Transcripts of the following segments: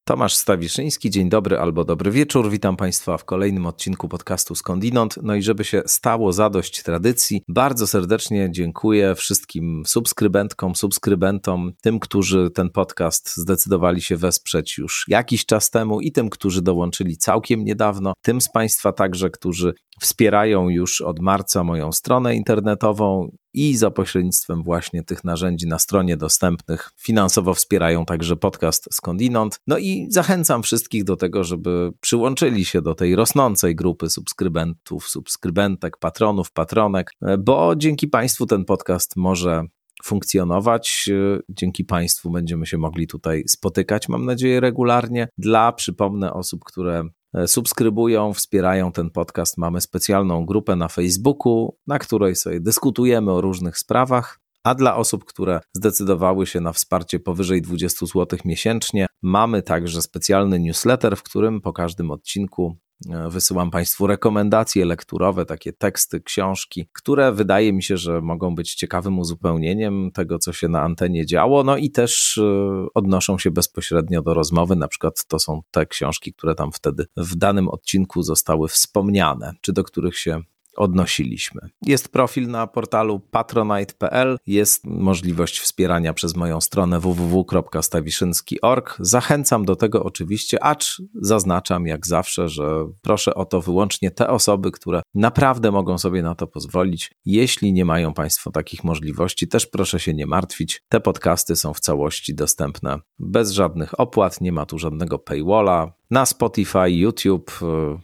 Tomasz Stawiszyński, dzień dobry albo dobry wieczór. Witam Państwa w kolejnym odcinku podcastu Skądinąd. No i żeby się stało zadość tradycji, bardzo serdecznie dziękuję wszystkim subskrybentkom, subskrybentom, tym, którzy ten podcast zdecydowali się wesprzeć już jakiś czas temu i tym, którzy dołączyli całkiem niedawno, tym z Państwa także, którzy wspierają już od marca moją stronę internetową i za pośrednictwem właśnie tych narzędzi na stronie dostępnych finansowo wspierają także podcast Skądinąd. No i zachęcam wszystkich do tego, żeby przyłączyli się do tej rosnącej grupy subskrybentów, subskrybentek, patronów, patronek, bo dzięki Państwu ten podcast może funkcjonować. Dzięki Państwu będziemy się mogli tutaj spotykać, mam nadzieję, regularnie. Przypomnę, osób, które subskrybują, wspierają ten podcast, mamy specjalną grupę na Facebooku, na której sobie dyskutujemy o różnych sprawach, a dla osób, które zdecydowały się na wsparcie powyżej 20 zł miesięcznie, mamy także specjalny newsletter, w którym po każdym odcinku wysyłam Państwu rekomendacje lekturowe, takie teksty, książki, które wydaje mi się, że mogą być ciekawym uzupełnieniem tego, co się na antenie działo, no i też odnoszą się bezpośrednio do rozmowy, na przykład to są te książki, które tam wtedy w danym odcinku zostały wspomniane, czy do których się odnosiliśmy. Jest profil na portalu patronite.pl, jest możliwość wspierania przez moją stronę www.stawiszynski.org. Zachęcam do tego oczywiście, acz zaznaczam jak zawsze, że proszę o to wyłącznie te osoby, które naprawdę mogą sobie na to pozwolić. Jeśli nie mają Państwo takich możliwości, też proszę się nie martwić. Te podcasty są w całości dostępne bez żadnych opłat, nie ma tu żadnego paywalla. Na Spotify, YouTube,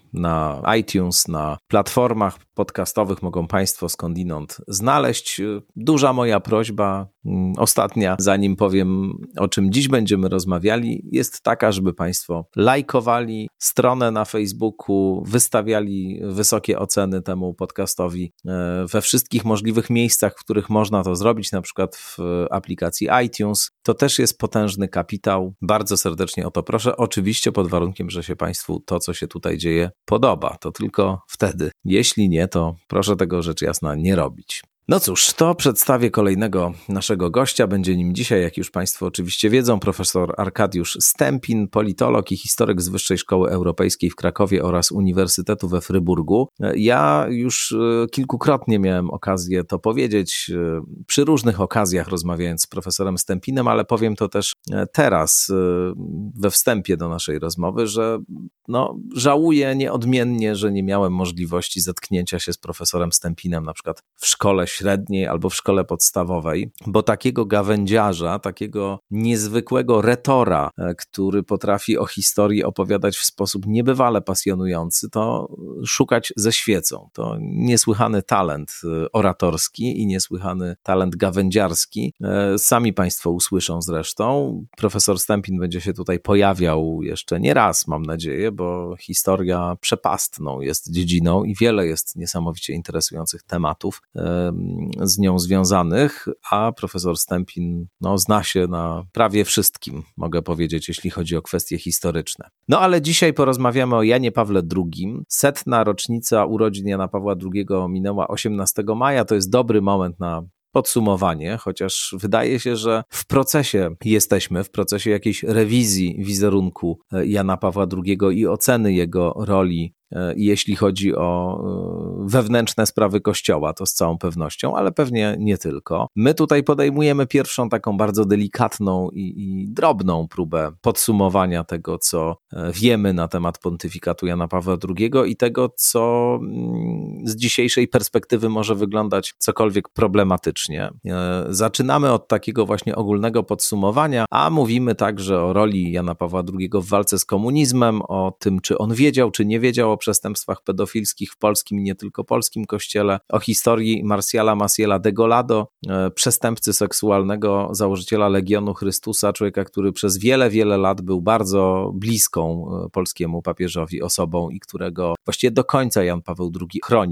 na iTunes, na platformach podcastowych mogą Państwo skądinąd znaleźć. Duża moja prośba, ostatnia, zanim powiem, o czym dziś będziemy rozmawiali, jest taka, żeby Państwo lajkowali stronę na Facebooku, wystawiali wysokie oceny temu podcastowi we wszystkich możliwych miejscach, w których można to zrobić, na przykład w aplikacji iTunes. To też jest potężny kapitał. Bardzo serdecznie o to proszę. Oczywiście pod warunkiem, że się Państwu to, co się tutaj dzieje, podoba. To tylko wtedy. Jeśli nie, to proszę tego rzecz jasna nie robić. No cóż, to przedstawię kolejnego naszego gościa. Będzie nim dzisiaj, jak już Państwo oczywiście wiedzą, profesor Arkadiusz Stempin, politolog i historyk z Wyższej Szkoły Europejskiej w Krakowie oraz Uniwersytetu we Fryburgu. Ja już kilkukrotnie miałem okazję to powiedzieć, przy różnych okazjach rozmawiając z profesorem Stempinem, ale powiem to też teraz we wstępie do naszej rozmowy, że żałuję nieodmiennie, że nie miałem możliwości zetknięcia się z profesorem Stempinem na przykład w szkole średniej albo w szkole podstawowej, bo takiego gawędziarza, takiego niezwykłego retora, który potrafi o historii opowiadać w sposób niebywale pasjonujący, to szukać ze świecą. To niesłychany talent oratorski i niesłychany talent gawędziarski. Sami Państwo usłyszą zresztą. Profesor Stempin będzie się tutaj pojawiał jeszcze nie raz, mam nadzieję, bo historia przepastną jest dziedziną i wiele jest niesamowicie interesujących tematów z nią związanych, a profesor Stempin zna się na prawie wszystkim, mogę powiedzieć, jeśli chodzi o kwestie historyczne. No ale dzisiaj porozmawiamy o Janie Pawle II. 100. rocznica urodzin Jana Pawła II minęła 18 maja, to jest dobry moment na podsumowanie, chociaż wydaje się, że jesteśmy w procesie jakiejś rewizji wizerunku Jana Pawła II i oceny jego roli, jeśli chodzi o wewnętrzne sprawy Kościoła, to z całą pewnością, ale pewnie nie tylko. My tutaj podejmujemy pierwszą taką bardzo delikatną i drobną próbę podsumowania tego, co wiemy na temat pontyfikatu Jana Pawła II i tego, co z dzisiejszej perspektywy może wyglądać cokolwiek problematycznie. Zaczynamy od takiego właśnie ogólnego podsumowania, a mówimy także o roli Jana Pawła II w walce z komunizmem, o tym, czy on wiedział, czy nie wiedział o przestępstwach pedofilskich w polskim i nie tylko polskim kościele, o historii Marciala Maciela Degolado, przestępcy seksualnego, założyciela Legionu Chrystusa, człowieka, który przez wiele, wiele lat był bardzo bliską polskiemu papieżowi osobą i którego właściwie do końca Jan Paweł II chronił.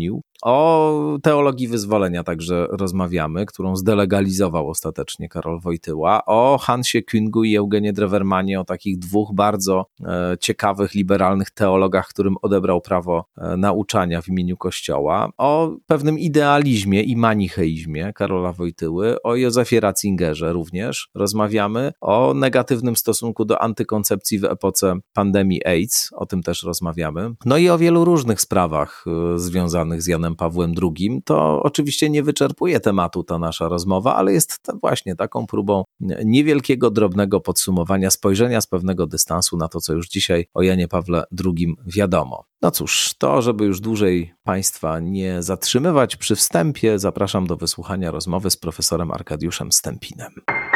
O teologii wyzwolenia także rozmawiamy, którą zdelegalizował ostatecznie Karol Wojtyła. O Hansie Küngu i Eugenie Drewermanie, o takich dwóch bardzo ciekawych, liberalnych teologach, którym odebrał prawo nauczania w imieniu Kościoła. O pewnym idealizmie i manicheizmie Karola Wojtyły. O Józefie Ratzingerze również rozmawiamy. O negatywnym stosunku do antykoncepcji w epoce pandemii AIDS. O tym też rozmawiamy. No i o wielu różnych sprawach związanych z Janem Pawłem II. To oczywiście nie wyczerpuje tematu ta nasza rozmowa, ale jest właśnie taką próbą niewielkiego, drobnego podsumowania, spojrzenia z pewnego dystansu na to, co już dzisiaj o Janie Pawle II wiadomo. No cóż, to żeby już dłużej Państwa nie zatrzymywać przy wstępie, zapraszam do wysłuchania rozmowy z profesorem Arkadiuszem Stempinem.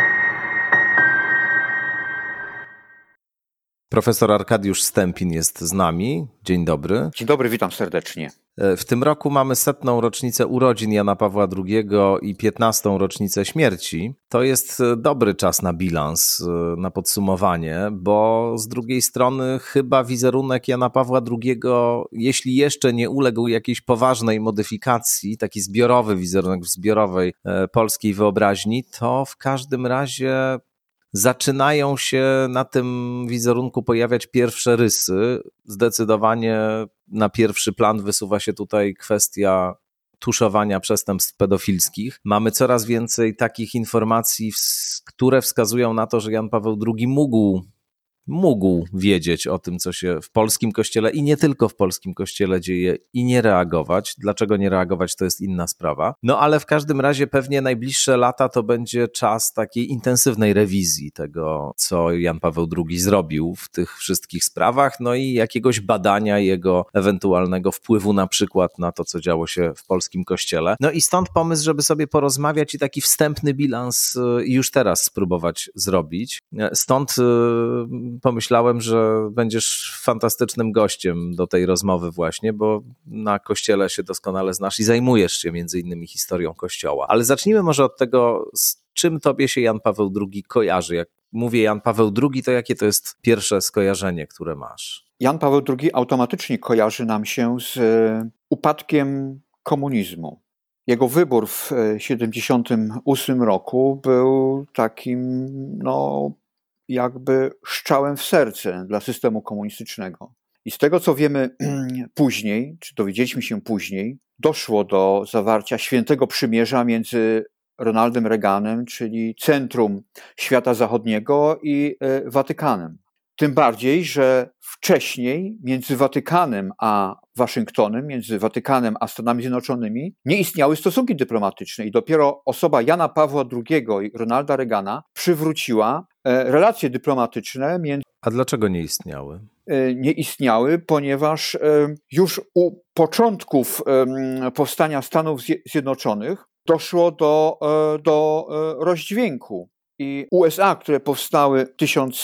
Profesor Arkadiusz Stempin jest z nami. Dzień dobry. Dzień dobry, witam serdecznie. W tym roku mamy 100. rocznicę urodzin Jana Pawła II i 15. rocznicę śmierci. To jest dobry czas na bilans, na podsumowanie, bo z drugiej strony chyba wizerunek Jana Pawła II, jeśli jeszcze nie uległ jakiejś poważnej modyfikacji, taki zbiorowy wizerunek w zbiorowej polskiej wyobraźni, to w każdym razie zaczynają się na tym wizerunku pojawiać pierwsze rysy. Zdecydowanie na pierwszy plan wysuwa się tutaj kwestia tuszowania przestępstw pedofilskich. Mamy coraz więcej takich informacji, które wskazują na to, że Jan Paweł II mógł wiedzieć o tym, co się w polskim kościele i nie tylko w polskim kościele dzieje i nie reagować. Dlaczego nie reagować, to jest inna sprawa. No ale w każdym razie pewnie najbliższe lata to będzie czas takiej intensywnej rewizji tego, co Jan Paweł II zrobił w tych wszystkich sprawach, no i jakiegoś badania jego ewentualnego wpływu na przykład na to, co działo się w polskim kościele. No i stąd pomysł, żeby sobie porozmawiać i taki wstępny bilans już teraz spróbować zrobić. Stąd pomyślałem, że będziesz fantastycznym gościem do tej rozmowy właśnie, bo na Kościele się doskonale znasz i zajmujesz się między innymi historią Kościoła. Ale zacznijmy może od tego, z czym tobie się Jan Paweł II kojarzy. Jak mówię Jan Paweł II, to jakie to jest pierwsze skojarzenie, które masz? Jan Paweł II automatycznie kojarzy nam się z upadkiem komunizmu. Jego wybór w 1978 roku był takim, jakby strzałem w serce dla systemu komunistycznego. I z tego, co wiemy później, czy dowiedzieliśmy się później, doszło do zawarcia świętego przymierza między Ronaldem Reaganem, czyli centrum świata zachodniego, i Watykanem. Tym bardziej, że wcześniej między Watykanem a Waszyngtonem, między Watykanem a Stanami Zjednoczonymi nie istniały stosunki dyplomatyczne i dopiero osoba Jana Pawła II i Ronalda Reagana przywróciła relacje dyplomatyczne między... A dlaczego nie istniały? Nie istniały, ponieważ już u początków powstania Stanów Zjednoczonych doszło do rozdźwięku. I USA, które powstały w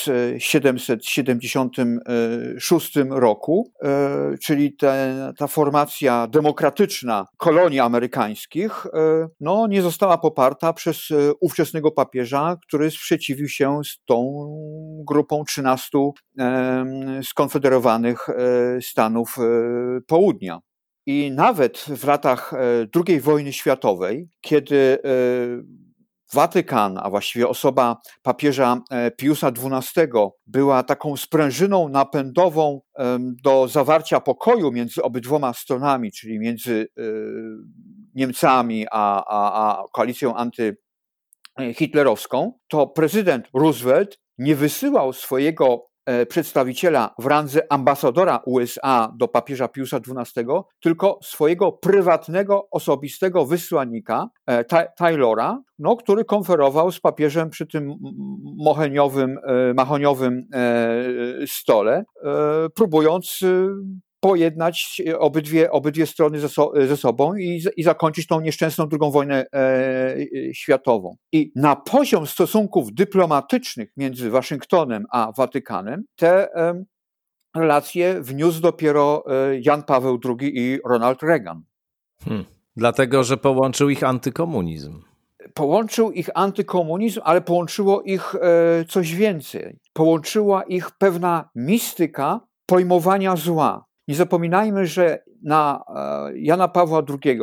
1776 roku, czyli ta formacja demokratyczna kolonii amerykańskich, nie została poparta przez ówczesnego papieża, który sprzeciwił się z tą grupą 13 skonfederowanych stanów południa. I nawet w latach II wojny światowej, kiedy Watykan, a właściwie osoba papieża Piusa XII była taką sprężyną napędową do zawarcia pokoju między obydwoma stronami, czyli między Niemcami a koalicją antyhitlerowską, to prezydent Roosevelt nie wysyłał swojego przedstawiciela w randze ambasadora USA do papieża Piusa XII, tylko swojego prywatnego, osobistego wysłannika Taylora, który konferował z papieżem przy tym mahoniowym stole, próbując pojednać obydwie strony ze sobą i zakończyć tą nieszczęsną II wojnę światową. I na poziom stosunków dyplomatycznych między Waszyngtonem a Watykanem te relacje wniósł dopiero Jan Paweł II i Ronald Reagan. Dlatego, że połączył ich antykomunizm. Połączył ich antykomunizm, ale połączyło ich coś więcej. Połączyła ich pewna mistyka pojmowania zła. Nie zapominajmy, że na Jana Pawła II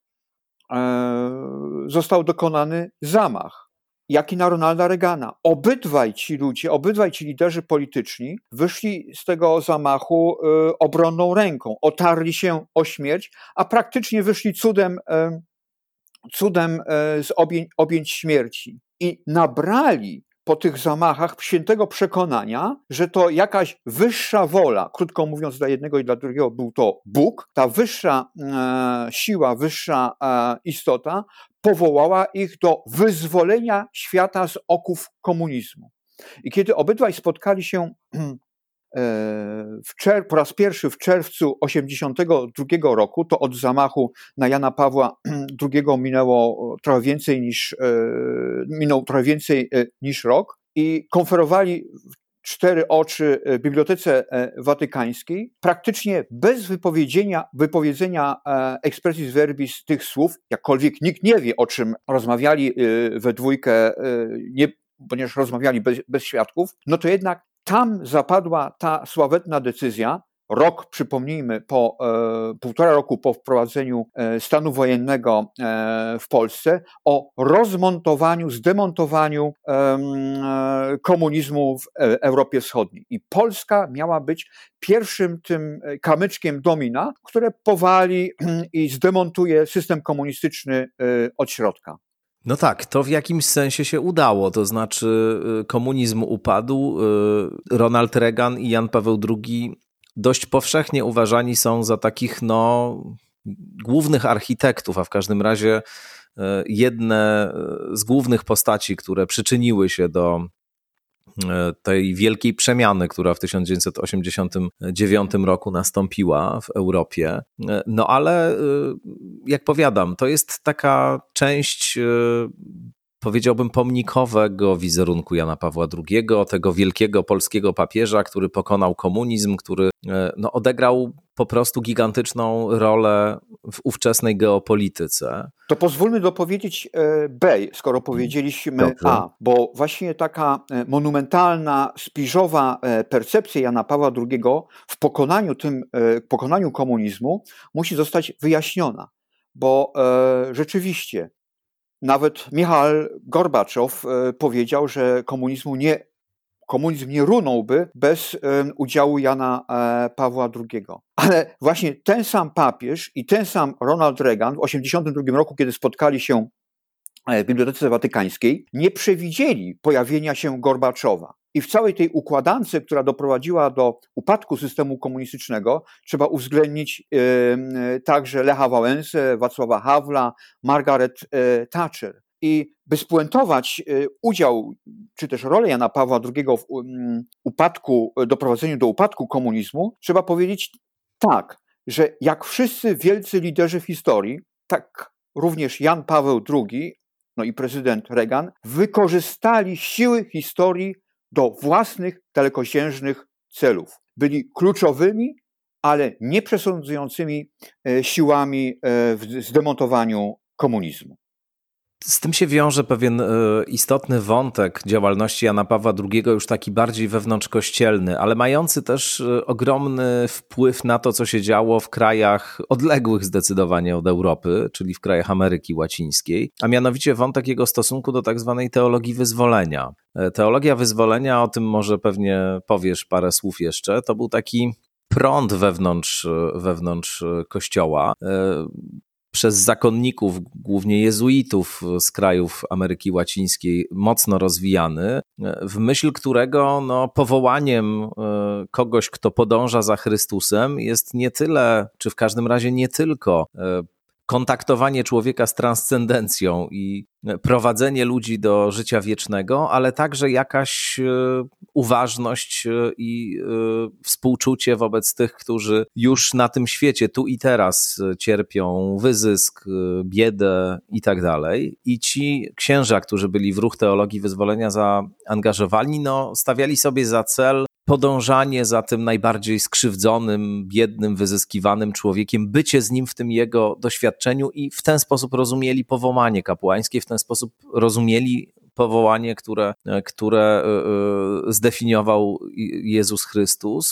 został dokonany zamach, jak i na Ronalda Reagana. Obydwaj ci ludzie, obydwaj ci liderzy polityczni wyszli z tego zamachu obronną ręką, otarli się o śmierć, a praktycznie wyszli cudem z objęć śmierci i nabrali po tych zamachach świętego przekonania, że to jakaś wyższa wola, krótko mówiąc dla jednego i dla drugiego był to Bóg, ta wyższa siła, wyższa istota powołała ich do wyzwolenia świata z oków komunizmu. I kiedy obydwaj spotkali się po raz pierwszy w czerwcu 1982 roku, to od zamachu na Jana Pawła II minął trochę więcej niż rok i konferowali w cztery oczy w Bibliotece Watykańskiej, praktycznie bez wypowiedzenia expressis verbis tych słów, jakkolwiek nikt nie wie, o czym rozmawiali we dwójkę, ponieważ rozmawiali bez świadków, no to jednak tam zapadła ta sławetna decyzja, przypomnijmy, półtora roku po wprowadzeniu stanu wojennego w Polsce, o zdemontowaniu komunizmu w Europie Wschodniej. I Polska miała być pierwszym tym kamyczkiem domina, które powali i zdemontuje system komunistyczny od środka. No tak, to w jakimś sensie się udało, to znaczy komunizm upadł, Ronald Reagan i Jan Paweł II dość powszechnie uważani są za takich głównych architektów, a w każdym razie jedne z głównych postaci, które przyczyniły się do tej wielkiej przemiany, która w 1989 roku nastąpiła w Europie. No ale jak powiadam, to jest taka część, powiedziałbym, pomnikowego wizerunku Jana Pawła II, tego wielkiego polskiego papieża, który pokonał komunizm, który odegrał po prostu gigantyczną rolę w ówczesnej geopolityce. To pozwólmy dopowiedzieć B, skoro powiedzieliśmy Dobrze. A, bo właśnie taka monumentalna, spiżowa percepcja Jana Pawła II w pokonaniu komunizmu musi zostać wyjaśniona, bo rzeczywiście nawet Michał Gorbaczow powiedział, że komunizm nie runąłby bez udziału Jana Pawła II. Ale właśnie ten sam papież i ten sam Ronald Reagan w 1982 roku, kiedy spotkali się w Bibliotece Watykańskiej, nie przewidzieli pojawienia się Gorbaczowa. I w całej tej układance, która doprowadziła do upadku systemu komunistycznego, trzeba uwzględnić także Lecha Wałęsę, Wacława Hawla, Margaret Thatcher. I by spuentować udział, czy też rolę Jana Pawła II w doprowadzeniu do upadku komunizmu, trzeba powiedzieć tak, że jak wszyscy wielcy liderzy w historii, tak również Jan Paweł II, no i prezydent Reagan, wykorzystali siły historii do własnych dalekosiężnych celów. Byli kluczowymi, ale nieprzesądzającymi siłami w zdemontowaniu komunizmu. Z tym się wiąże pewien istotny wątek działalności Jana Pawła II, już taki bardziej wewnątrzkościelny, ale mający też ogromny wpływ na to, co się działo w krajach odległych zdecydowanie od Europy, czyli w krajach Ameryki Łacińskiej, a mianowicie wątek jego stosunku do tak zwanej teologii wyzwolenia. Teologia wyzwolenia, o tym może pewnie powiesz parę słów jeszcze, to był taki prąd wewnątrz Kościoła, przez zakonników, głównie jezuitów z krajów Ameryki Łacińskiej mocno rozwijany, w myśl którego powołaniem kogoś, kto podąża za Chrystusem jest nie tyle, czy w każdym razie nie tylko kontaktowanie człowieka z transcendencją i prowadzenie ludzi do życia wiecznego, ale także jakaś uważność i współczucie wobec tych, którzy już na tym świecie, tu i teraz cierpią wyzysk, biedę i tak dalej. I ci księża, którzy byli w ruch teologii wyzwolenia zaangażowani, stawiali sobie za cel podążanie za tym najbardziej skrzywdzonym, biednym, wyzyskiwanym człowiekiem, bycie z nim w tym jego doświadczeniu i w ten sposób rozumieli powołanie kapłańskie, w ten sposób rozumieli powołanie, które zdefiniował Jezus Chrystus.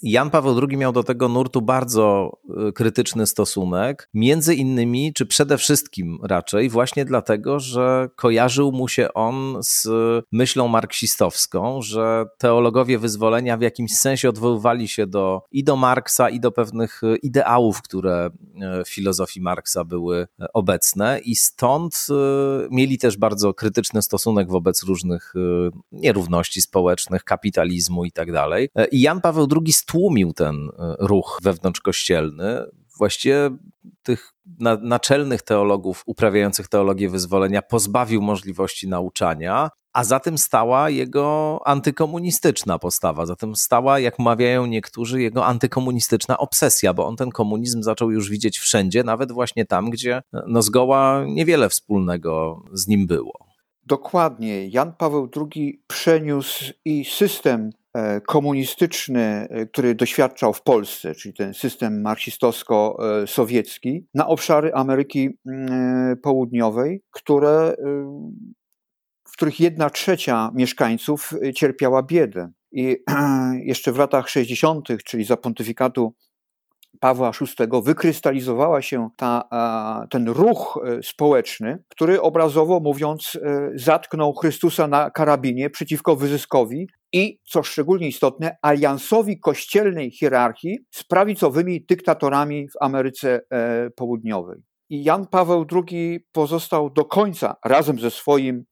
Jan Paweł II miał do tego nurtu bardzo krytyczny stosunek, między innymi, czy przede wszystkim raczej właśnie dlatego, że kojarzył mu się on z myślą marksistowską, że teologowie wyzwolenia w jakimś sensie odwoływali się i do Marksa, i do pewnych ideałów, które w filozofii Marksa były obecne i stąd mieli też bardzo krytyczny stosunek wobec różnych nierówności społecznych, kapitalizmu i tak dalej. I Jan Paweł II stłumił ten ruch wewnątrzkościelny. Właściwie tych naczelnych teologów uprawiających teologię wyzwolenia pozbawił możliwości nauczania, a za tym stała jego antykomunistyczna postawa. Za tym stała, jak mawiają niektórzy, jego antykomunistyczna obsesja, bo on ten komunizm zaczął już widzieć wszędzie, nawet właśnie tam, gdzie zgoła niewiele wspólnego z nim było. Dokładnie. Jan Paweł II przeniósł i system komunistyczny, który doświadczał w Polsce, czyli ten system marksistowsko-sowiecki, na obszary Ameryki Południowej, w których 1/3 mieszkańców cierpiała biedę. I jeszcze w latach 60., czyli za pontyfikatu Pawła VI, wykrystalizowała się ten ruch społeczny, który obrazowo mówiąc zatknął Chrystusa na karabinie przeciwko wyzyskowi i, co szczególnie istotne, aliansowi kościelnej hierarchii z prawicowymi dyktatorami w Ameryce Południowej. I Jan Paweł II pozostał do końca razem ze swoim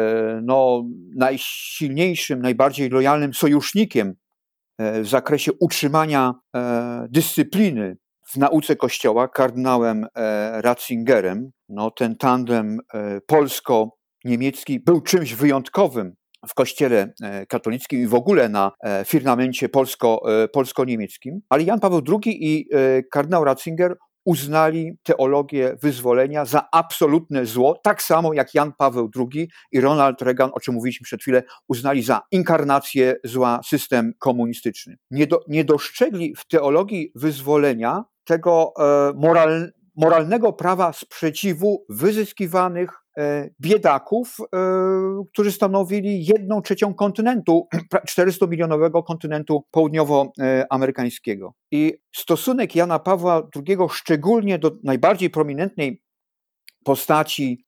najsilniejszym, najbardziej lojalnym sojusznikiem w zakresie utrzymania dyscypliny w nauce Kościoła, kardynałem Ratzingerem. Ten tandem polsko-niemiecki był czymś wyjątkowym w Kościele katolickim i w ogóle na firmamencie polsko-niemieckim. Ale Jan Paweł II i kardynał Ratzinger uznali teologię wyzwolenia za absolutne zło, tak samo jak Jan Paweł II i Ronald Reagan, o czym mówiliśmy przed chwilą, uznali za inkarnację zła system komunistyczny. Nie dostrzegli w teologii wyzwolenia tego moralnego prawa sprzeciwu wyzyskiwanych biedaków, którzy stanowili 1/3 kontynentu, 400-milionowego kontynentu południowoamerykańskiego. I stosunek Jana Pawła II szczególnie do najbardziej prominentnej postaci,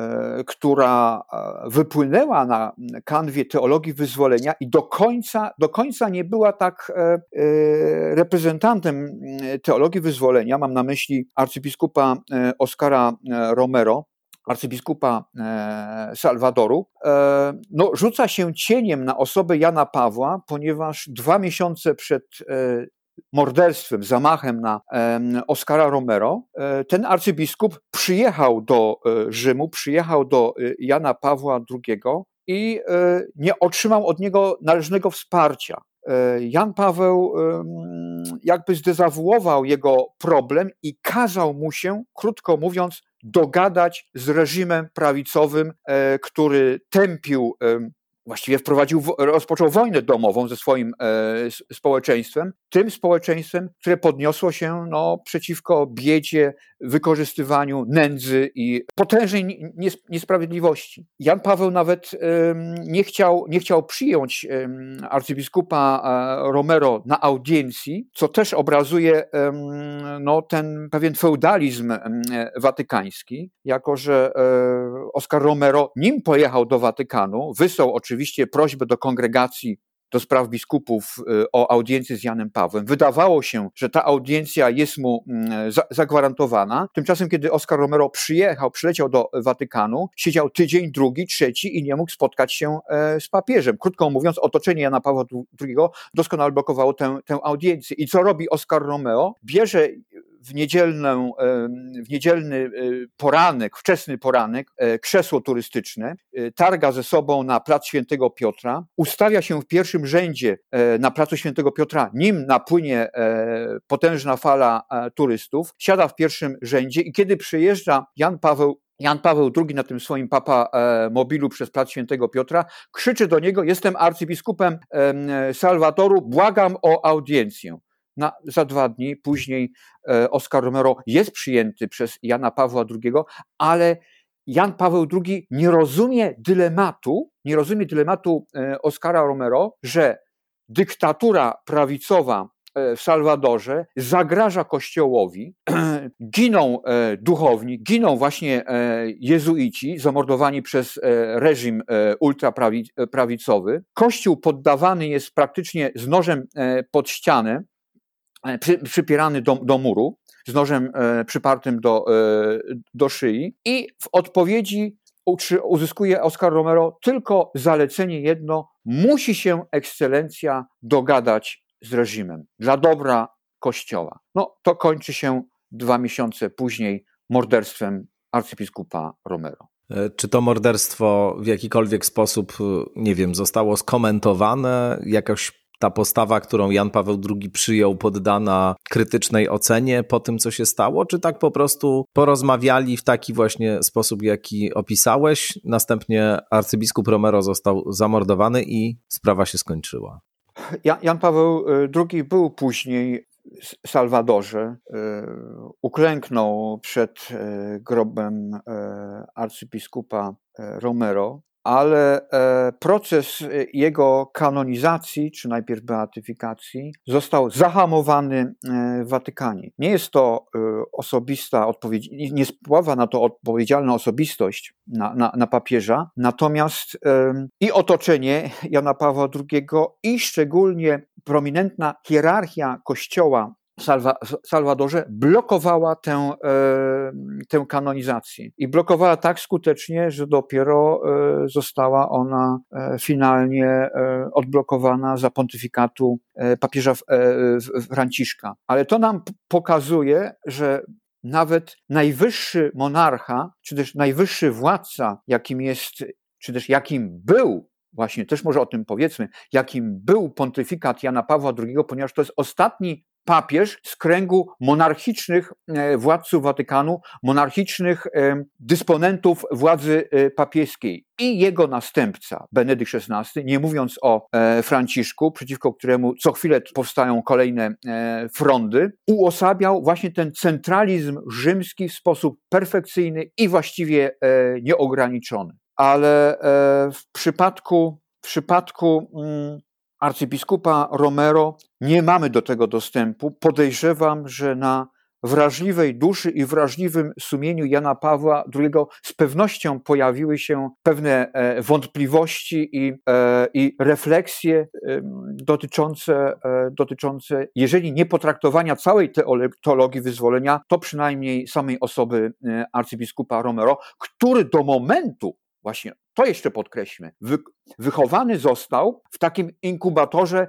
która wypłynęła na kanwie teologii wyzwolenia i do końca nie była tak reprezentantem teologii wyzwolenia, mam na myśli arcybiskupa Oscara Romero, arcybiskupa Salwadoru, rzuca się cieniem na osobę Jana Pawła, ponieważ 2 miesiące przed morderstwem, zamachem na Oscara Romero, ten arcybiskup przyjechał do Rzymu, przyjechał do Jana Pawła II i nie otrzymał od niego należnego wsparcia. Jan Paweł jakby zdezawuował jego problem i kazał mu się, krótko mówiąc, dogadać z reżimem prawicowym, który tępił, właściwie rozpoczął wojnę domową ze swoim społeczeństwem, tym społeczeństwem, które podniosło się przeciwko biedzie, wykorzystywaniu, nędzy i potężnej niesprawiedliwości. Jan Paweł nawet nie chciał przyjąć arcybiskupa Romero na audiencji, co też obrazuje ten pewien feudalizm watykański, jako że Oscar Romero, nim pojechał do Watykanu, wysłał oczywiście prośbę do kongregacji do spraw biskupów o audiencję z Janem Pawłem. Wydawało się, że ta audiencja jest mu zagwarantowana. Tymczasem, kiedy Oscar Romero przyleciał do Watykanu, siedział tydzień, drugi, trzeci i nie mógł spotkać się z papieżem. Krótko mówiąc, otoczenie Jana Pawła II doskonale blokowało tę audiencję. I co robi Oscar Romero? Bierze w niedzielny poranek, wczesny poranek, krzesło turystyczne, targa ze sobą na plac Świętego Piotra, ustawia się w pierwszym rzędzie na placu Świętego Piotra, nim napłynie potężna fala turystów, siada w pierwszym rzędzie i kiedy przyjeżdża Jan Paweł II na tym swoim mobilu przez plac Świętego Piotra, krzyczy do niego: jestem arcybiskupem Salwadoru, błagam o audiencję. Za 2 dni później Oscar Romero jest przyjęty przez Jana Pawła II, ale Jan Paweł II nie rozumie dylematu Oscara Romero, że dyktatura prawicowa w Salwadorze zagraża Kościołowi, giną duchowni, giną właśnie jezuici zamordowani przez reżim ultraprawicowy. Kościół poddawany jest praktycznie z nożem pod ścianę, przypierany do muru, z nożem przypartym do szyi i w odpowiedzi uzyskuje Oscar Romero tylko zalecenie jedno: musi się ekscelencja dogadać z reżimem dla dobra Kościoła. No to kończy się 2 miesiące później morderstwem arcybiskupa Romero. Czy to morderstwo w jakikolwiek sposób, nie wiem, zostało skomentowane? Jakoś ta postawa, którą Jan Paweł II przyjął, poddana krytycznej ocenie po tym, co się stało? Czy tak po prostu porozmawiali w taki właśnie sposób, jaki opisałeś? Następnie arcybiskup Romero został zamordowany i sprawa się skończyła. Jan Paweł II był później w Salwadorze, uklęknął przed grobem arcybiskupa Romero, ale proces jego kanonizacji, czy najpierw beatyfikacji, został zahamowany w Watykanie. Nie jest to osobista odpowiedź, nie spływa na to odpowiedzialna osobistość, na papieża, natomiast i otoczenie Jana Pawła II i szczególnie prominentna hierarchia Kościoła w Salwadorze blokowała tę kanonizację. I blokowała tak skutecznie, że dopiero została ona finalnie odblokowana za pontyfikatu papieża Franciszka. Ale to nam pokazuje, że nawet najwyższy monarcha, czy też najwyższy władca, jakim jest, czy też jakim był, właśnie też może o tym powiedzmy, jakim był pontyfikat Jana Pawła II, ponieważ to jest ostatni papież z kręgu monarchicznych władców Watykanu, monarchicznych dysponentów władzy papieskiej i jego następca, Benedykt XVI, nie mówiąc o Franciszku, przeciwko któremu co chwilę powstają kolejne frondy, uosabiał właśnie ten centralizm rzymski w sposób perfekcyjny i właściwie nieograniczony. Ale w przypadku arcybiskupa Romero nie mamy do tego dostępu. Podejrzewam, że na wrażliwej duszy i wrażliwym sumieniu Jana Pawła II z pewnością pojawiły się pewne wątpliwości i refleksje dotyczące, jeżeli nie potraktowania całej teologii wyzwolenia, to przynajmniej samej osoby arcybiskupa Romero, który do momentu, właśnie to jeszcze podkreślmy, wychowany został w takim inkubatorze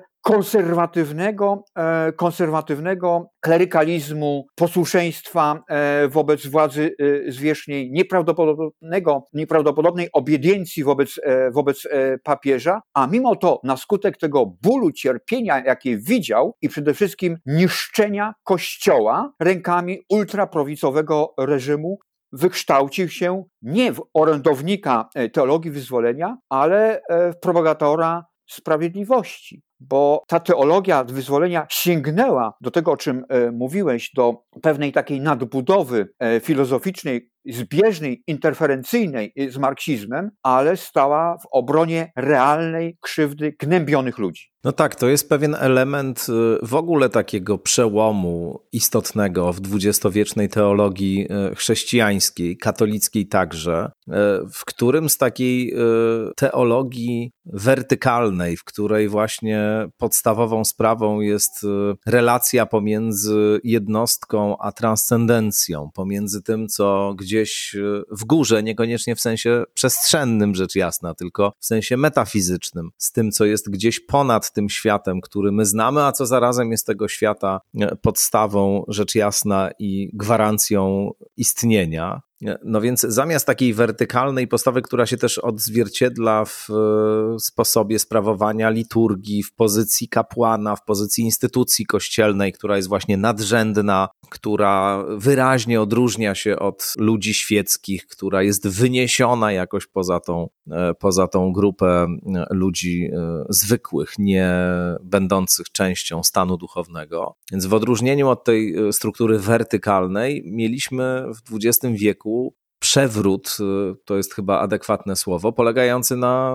konserwatywnego klerykalizmu, posłuszeństwa wobec władzy zwierzchniej, nieprawdopodobnej obiediencji wobec papieża, a mimo to na skutek tego bólu, cierpienia, jakie widział i przede wszystkim niszczenia Kościoła rękami ultraprawicowego reżimu, wykształcił się nie w orędownika teologii wyzwolenia, ale w propagatora sprawiedliwości. Bo ta teologia wyzwolenia sięgnęła do tego, o czym mówiłeś, do pewnej takiej nadbudowy filozoficznej, zbieżnej, interferencyjnej z marksizmem, ale stała w obronie realnej krzywdy gnębionych ludzi. No tak, to jest pewien element w ogóle takiego przełomu istotnego w dwudziestowiecznej teologii chrześcijańskiej, katolickiej także, w którym z takiej teologii wertykalnej, w której właśnie podstawową sprawą jest relacja pomiędzy jednostką a transcendencją, pomiędzy tym, co gdzieś w górze, niekoniecznie w sensie przestrzennym rzecz jasna, tylko w sensie metafizycznym, z tym, co jest gdzieś ponad tym światem, który my znamy, a co zarazem jest tego świata podstawą rzecz jasna i gwarancją istnienia. No więc zamiast takiej wertykalnej postawy, która się też odzwierciedla w sposobie sprawowania liturgii, w pozycji kapłana, w pozycji instytucji kościelnej, która jest właśnie nadrzędna, która wyraźnie odróżnia się od ludzi świeckich, która jest wyniesiona jakoś poza tą grupę ludzi zwykłych, nie będących częścią stanu duchownego. Więc w odróżnieniu od tej struktury wertykalnej mieliśmy w XX wieku przewrót, to jest chyba adekwatne słowo, polegający na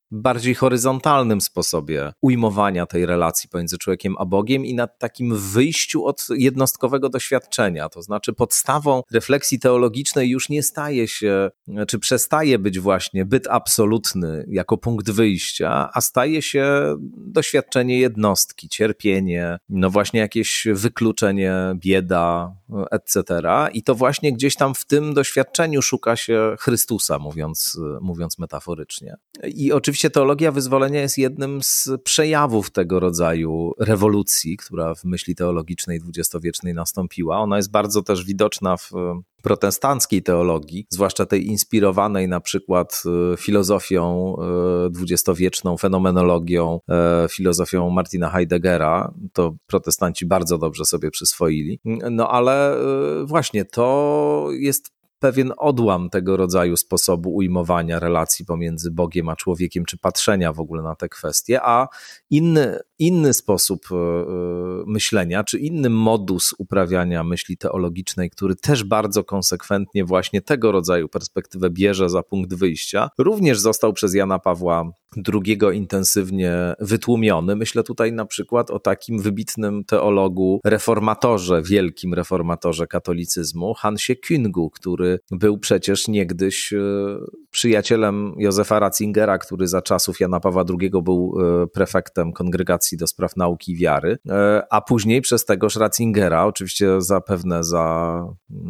bardziej horyzontalnym sposobie ujmowania tej relacji pomiędzy człowiekiem a Bogiem i nad takim wyjściu od jednostkowego doświadczenia. To znaczy podstawą refleksji teologicznej już nie staje się, czy przestaje być właśnie byt absolutny jako punkt wyjścia, a staje się doświadczenie jednostki, cierpienie, no właśnie jakieś wykluczenie, bieda, etc. I to właśnie gdzieś tam w tym doświadczeniu szuka się Chrystusa, mówiąc metaforycznie. I oczywiście teologia wyzwolenia jest jednym z przejawów tego rodzaju rewolucji, która w myśli teologicznej dwudziestowiecznej nastąpiła. Ona jest bardzo też widoczna w protestanckiej teologii, zwłaszcza tej inspirowanej na przykład filozofią dwudziestowieczną, fenomenologią, filozofią Martina Heideggera. To protestanci bardzo dobrze sobie przyswoili. No ale właśnie to jest pewien odłam tego rodzaju sposobu ujmowania relacji pomiędzy Bogiem a człowiekiem, czy patrzenia w ogóle na te kwestie, a inny sposób myślenia, czy inny modus uprawiania myśli teologicznej, który też bardzo konsekwentnie właśnie tego rodzaju perspektywę bierze za punkt wyjścia, również został przez Jana Pawła II intensywnie wytłumiony. Myślę tutaj na przykład o takim wybitnym teologu, reformatorze, wielkim reformatorze katolicyzmu, Hansie Küngu, który był przecież niegdyś przyjacielem Józefa Ratzingera, który za czasów Jana Pawła II był prefektem Kongregacji do Spraw Nauki i Wiary, a później przez tegoż Ratzingera, oczywiście zapewne za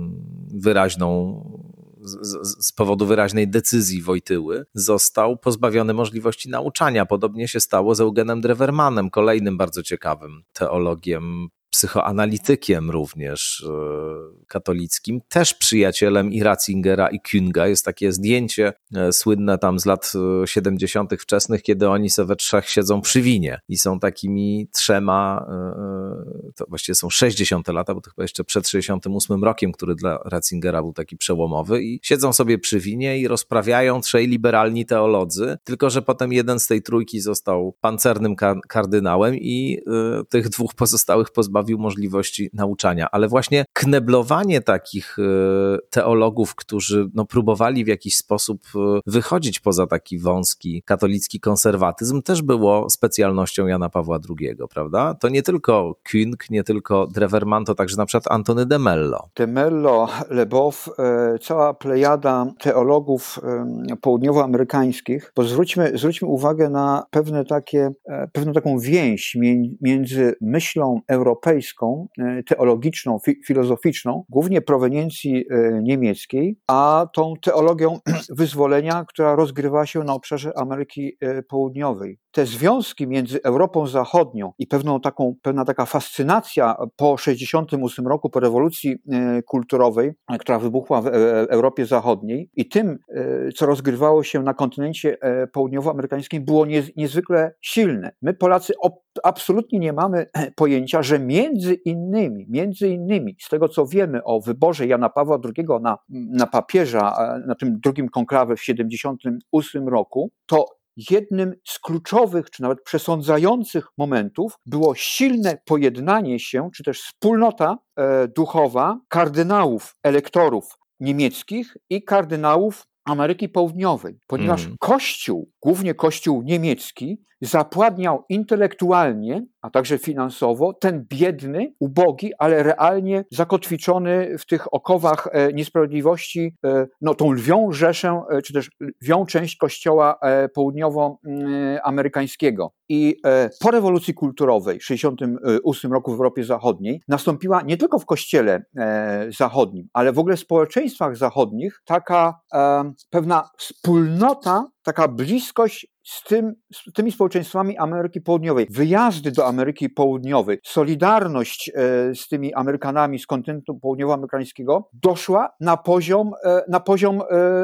z powodu wyraźnej decyzji Wojtyły, został pozbawiony możliwości nauczania. Podobnie się stało z Eugenem Drewermanem, kolejnym bardzo ciekawym teologiem, psychoanalitykiem również katolickim, też przyjacielem i Ratzingera i Künga. Jest takie zdjęcie słynne tam z lat 70. wczesnych, kiedy oni se we trzech siedzą przy winie i są takimi trzema, to właściwie są 60. lata, bo to chyba jeszcze przed 68 rokiem, który dla Ratzingera był taki przełomowy, i siedzą sobie przy winie i rozprawiają trzej liberalni teolodzy, tylko że potem jeden z tej trójki został pancernym kardynałem i tych dwóch pozostałych pozbawił możliwości nauczania. Ale właśnie kneblowanie takich teologów, którzy próbowali w jakiś sposób wychodzić poza taki wąski katolicki konserwatyzm, też było specjalnością Jana Pawła II, prawda? To nie tylko Küng, nie tylko Drewerman, to także na przykład Antony de Mello. De Mello, Lebow, cała plejada teologów południowoamerykańskich, bo zwróćmy uwagę na pewną taką więź między myślą europejską, teologiczną, filozoficzną, głównie proweniencji niemieckiej, a tą teologią wyzwolenia, która rozgrywała się na obszarze Ameryki Południowej. Te związki między Europą Zachodnią i pewna taka fascynacja po 68 roku, po rewolucji kulturowej, która wybuchła w Europie Zachodniej, i tym, co rozgrywało się na kontynencie południowoamerykańskim, było niezwykle silne. My, Polacy, absolutnie nie mamy pojęcia, że między innymi z tego, co wiemy o wyborze Jana Pawła II na papieża, na tym drugim konklawe w 78 roku, to jednym z kluczowych, czy nawet przesądzających momentów było silne pojednanie się, czy też wspólnota duchowa kardynałów, elektorów niemieckich i kardynałów Ameryki Południowej, ponieważ Kościół, głównie Kościół niemiecki, zapładniał intelektualnie, a także finansowo ten biedny, ubogi, ale realnie zakotwiczony w tych okowach niesprawiedliwości, tą lwią rzeszę, czy też lwią część Kościoła południowoamerykańskiego. I po rewolucji kulturowej w 1968 roku w Europie Zachodniej nastąpiła nie tylko w Kościele zachodnim, ale w ogóle w społeczeństwach zachodnich taka pewna wspólnota, taka bliskość z tymi społeczeństwami Ameryki Południowej. Wyjazdy do Ameryki Południowej, solidarność z tymi Amerykanami z kontynentu południowoamerykańskiego doszła na poziom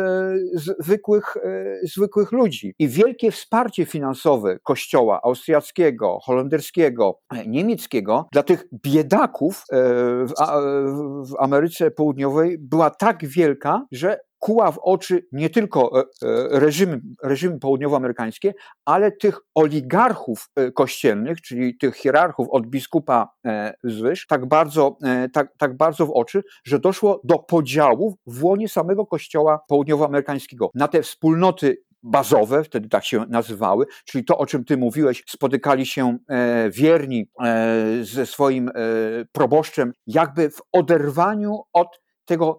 zwykłych ludzi. I wielkie wsparcie finansowe Kościoła austriackiego, holenderskiego, niemieckiego dla tych biedaków w Ameryce Południowej była tak wielka, że kuła w oczy nie tylko reżimy południowoamerykańskie, ale tych oligarchów kościelnych, czyli tych hierarchów od biskupa wzwyż, tak bardzo w oczy, że doszło do podziałów w łonie samego Kościoła południowoamerykańskiego na te wspólnoty bazowe, wtedy tak się nazywały, czyli to, o czym ty mówiłeś, spotykali się wierni ze swoim proboszczem jakby w oderwaniu od tego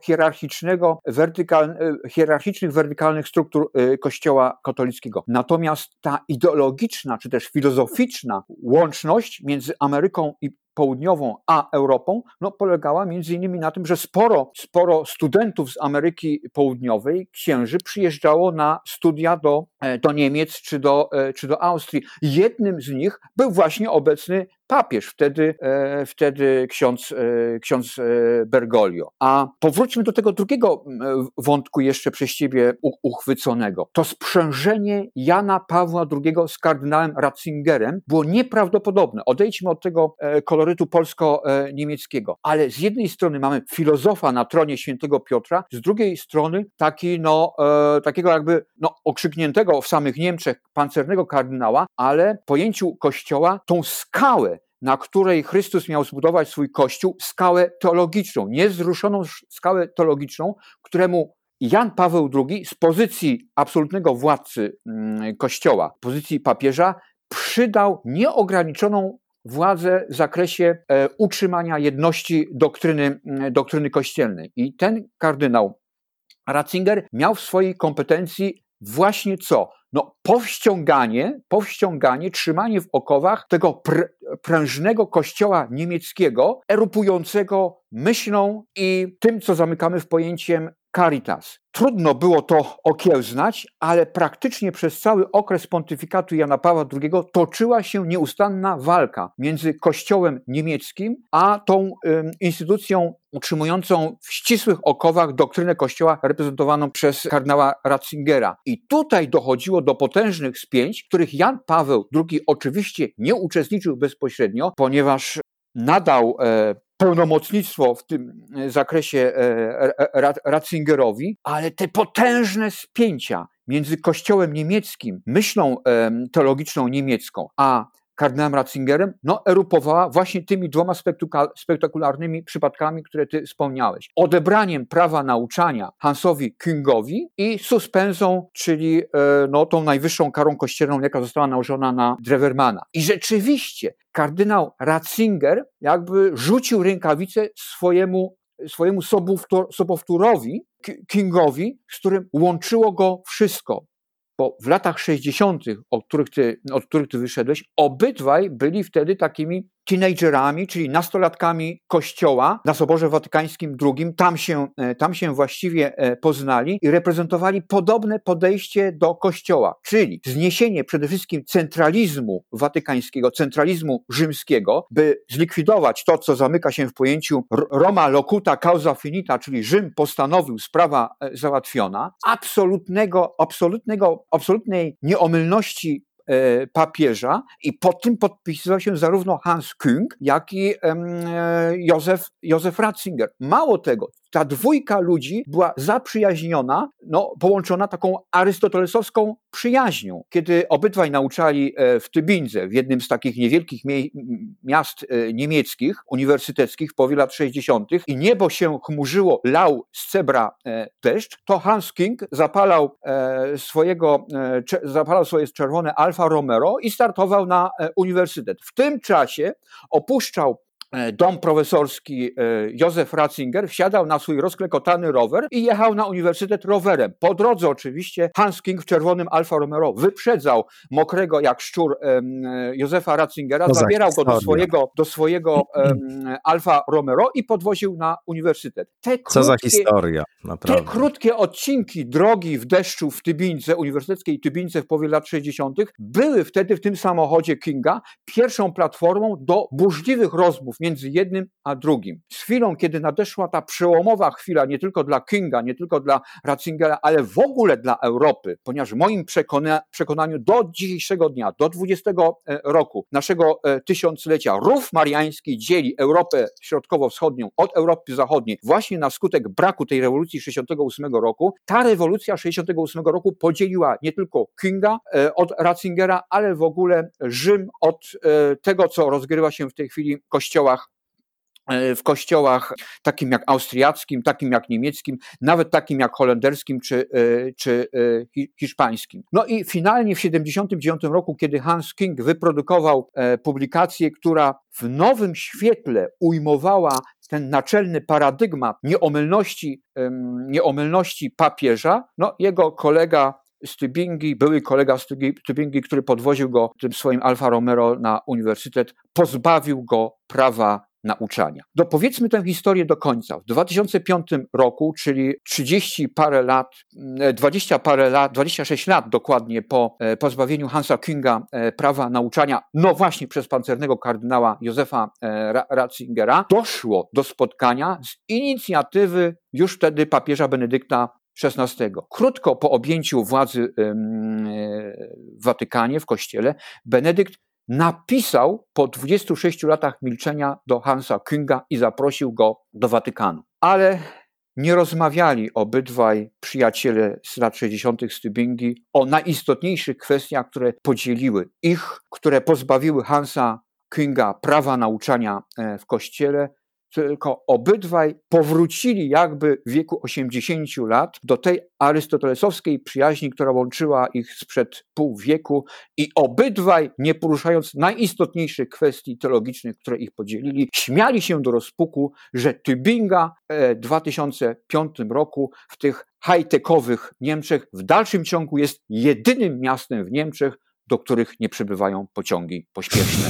hierarchicznych, wertykalnych struktur Kościoła katolickiego. Natomiast ta ideologiczna, czy też filozoficzna łączność między Ameryką i Południową a Europą, polegała między innymi na tym, że sporo studentów z Ameryki Południowej, księży, przyjeżdżało na studia do Niemiec czy do Austrii. Jednym z nich był właśnie obecny papież, wtedy ksiądz Bergoglio. A powróćmy do tego drugiego wątku jeszcze przez ciebie uchwyconego. To sprzężenie Jana Pawła II z kardynałem Ratzingerem było nieprawdopodobne. Odejdźmy od tego kolorytu polsko-niemieckiego. Ale z jednej strony mamy filozofa na tronie świętego Piotra, z drugiej strony takiego jakby okrzykniętego w samych Niemczech pancernego kardynała, ale w pojęciu Kościoła tą skałę, na której Chrystus miał zbudować swój Kościół, skałę teologiczną, niezruszoną skałę teologiczną, któremu Jan Paweł II z pozycji absolutnego władcy Kościoła, pozycji papieża, przydał nieograniczoną władzę w zakresie utrzymania jedności doktryny kościelnej. I ten kardynał Ratzinger miał w swojej kompetencji właśnie co? Powściąganie, trzymanie w okowach tego prężnego kościoła niemieckiego, erupującego myślą i tym, co zamykamy w pojęciem caritas. Trudno było to okiełznać, ale praktycznie przez cały okres pontyfikatu Jana Pawła II toczyła się nieustanna walka między kościołem niemieckim a tą instytucją utrzymującą w ścisłych okowach doktrynę kościoła reprezentowaną przez kardynała Ratzingera. I tutaj dochodziło do potężnych spięć, w których Jan Paweł II oczywiście nie uczestniczył bezpośrednio, ponieważ nadał pełnomocnictwo w tym zakresie Ratzingerowi, ale te potężne spięcia między kościołem niemieckim, myślą teologiczną niemiecką, a kardynałem Ratzingerem, erupowała właśnie tymi dwoma spektakularnymi przypadkami, które ty wspomniałeś. Odebraniem prawa nauczania Hansowi Küngowi i suspensą, czyli tą najwyższą karą kościelną, jaka została nałożona na Drewermana. I rzeczywiście kardynał Ratzinger jakby rzucił rękawicę swojemu sobowtórowi, Küngowi, z którym łączyło go wszystko. Bo w latach 60., od których ty wyszedłeś, obydwaj byli wtedy takimi teenagerami, czyli nastolatkami Kościoła na Soborze Watykańskim II. Tam się właściwie poznali i reprezentowali podobne podejście do Kościoła, czyli zniesienie przede wszystkim centralizmu watykańskiego, centralizmu rzymskiego, by zlikwidować to, co zamyka się w pojęciu Roma locuta causa finita, czyli Rzym postanowił, sprawa załatwiona, absolutnej nieomylności papieża i pod tym podpisywał się zarówno Hans Küng, jak i Józef Ratzinger. Mało tego, ta dwójka ludzi była zaprzyjaźniona, połączona taką arystotelesowską przyjaźnią. Kiedy obydwaj nauczali w Tybindze, w jednym z takich niewielkich miast niemieckich, uniwersyteckich w połowie lat 60. i niebo się chmurzyło, lał z cebra deszcz, to Hans Küng zapalał swoje czerwone Alfa Romeo i startował na uniwersytet. W tym czasie opuszczał dom profesorski Józef Ratzinger, wsiadał na swój rozklekotany rower i jechał na uniwersytet rowerem. Po drodze oczywiście Hans Küng w czerwonym Alfa Romeo wyprzedzał mokrego jak szczur Józefa Ratzingera, zabierał go do swojego Alfa Romeo i podwoził na uniwersytet. Co za historia, naprawdę. Te krótkie odcinki drogi w deszczu w Tybindze, uniwersyteckiej Tybindze w połowie lat 60. były wtedy w tym samochodzie Künga pierwszą platformą do burzliwych rozmów między jednym a drugim. Z chwilą, kiedy nadeszła ta przełomowa chwila nie tylko dla Künga, nie tylko dla Ratzingera, ale w ogóle dla Europy, ponieważ w moim przekonaniu do dzisiejszego dnia, do 20 roku naszego tysiąclecia, rów mariański dzieli Europę Środkowo-Wschodnią od Europy Zachodniej właśnie na skutek braku tej rewolucji 68 roku. Ta rewolucja 68 roku podzieliła nie tylko Künga od Ratzingera, ale w ogóle Rzym od tego, co rozgrywa się w tej chwili w kościołach w kościołach takim jak austriackim, takim jak niemieckim, nawet takim jak holenderskim czy hiszpańskim. No i finalnie w 1979 roku, kiedy Hans King wyprodukował publikację, która w nowym świetle ujmowała ten naczelny paradygmat nieomylności papieża, no jego kolega Tübingi, były kolega Tübingi, który podwoził go tym swoim Alfa Romeo na uniwersytet, pozbawił go prawa nauczania. Dopowiedzmy tę historię do końca. W 2005 roku, czyli 26 lat dokładnie po pozbawieniu Hansa Kinga prawa nauczania, no właśnie przez pancernego kardynała Józefa Ratzingera, doszło do spotkania z inicjatywy już wtedy papieża Benedykta XVI. Krótko po objęciu władzy w Watykanie, w kościele, Benedykt napisał po 26 latach milczenia do Hansa Kinga i zaprosił go do Watykanu. Ale nie rozmawiali obydwaj przyjaciele z lat 60. z Tübingi o najistotniejszych kwestiach, które podzieliły ich, które pozbawiły Hansa Kinga prawa nauczania w kościele, tylko obydwaj powrócili jakby w wieku 80 lat do tej arystotelesowskiej przyjaźni, która łączyła ich sprzed pół wieku i obydwaj, nie poruszając najistotniejszych kwestii teologicznych, które ich podzielili, śmiali się do rozpuku, że Tübinga w 2005 roku w tych high-techowych Niemczech w dalszym ciągu jest jedynym miastem w Niemczech, do których nie przybywają pociągi pośpieszne.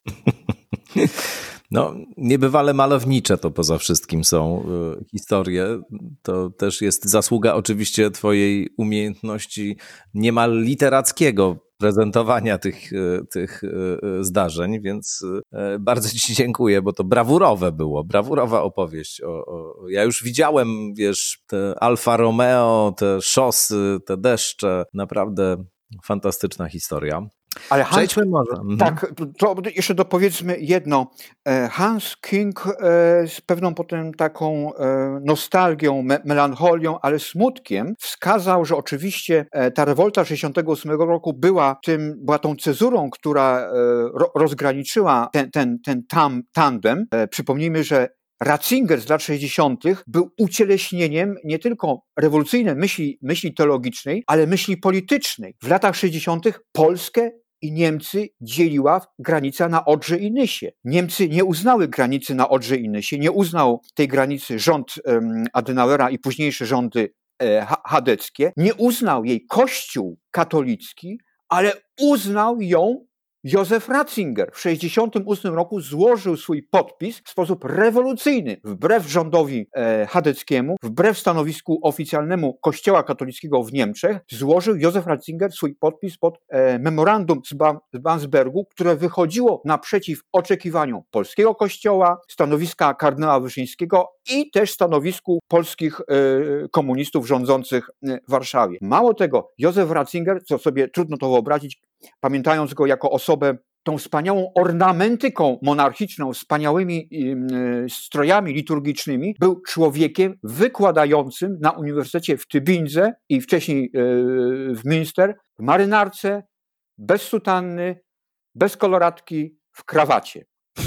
No, niebywale malownicze to poza wszystkim są historie. To też jest zasługa oczywiście twojej umiejętności niemal literackiego prezentowania tych zdarzeń, więc bardzo ci dziękuję, bo to brawurowe było, brawurowa opowieść. Ja już widziałem, wiesz, te Alfa Romeo, te szosy, te deszcze, naprawdę fantastyczna historia. Ale przejdźmy może. Tak, to jeszcze dopowiedzmy jedno. Hans King z pewną potem taką nostalgią, melancholią, ale smutkiem wskazał, że oczywiście ta rewolta 68 roku była tą cezurą, która rozgraniczyła ten tandem. Przypomnijmy, że Ratzinger z lat 60. był ucieleśnieniem nie tylko rewolucyjnej myśli teologicznej, ale myśli politycznej. W latach 60. Polskę i Niemcy dzieliła granica na Odrze i Nysie. Niemcy nie uznały granicy na Odrze i Nysie, nie uznał tej granicy rząd Adenauera i późniejsze rządy chadeckie, nie uznał jej Kościół katolicki, ale uznał ją Józef Ratzinger. W 1968 roku złożył swój podpis w sposób rewolucyjny, wbrew rządowi chadeckiemu, wbrew stanowisku oficjalnemu Kościoła katolickiego w Niemczech, złożył Józef Ratzinger swój podpis pod memorandum z Bandsbergu, które wychodziło naprzeciw oczekiwaniom polskiego kościoła, stanowiska kardynała Wyszyńskiego i też stanowisku polskich komunistów rządzących w Warszawie. Mało tego, Józef Ratzinger, co sobie trudno to wyobrazić, pamiętając go jako osobę tą wspaniałą ornamentyką monarchiczną, wspaniałymi strojami liturgicznymi, był człowiekiem wykładającym na uniwersytecie w Tübinze i wcześniej w Münster w marynarce, bez sutanny, bez koloratki, w krawacie.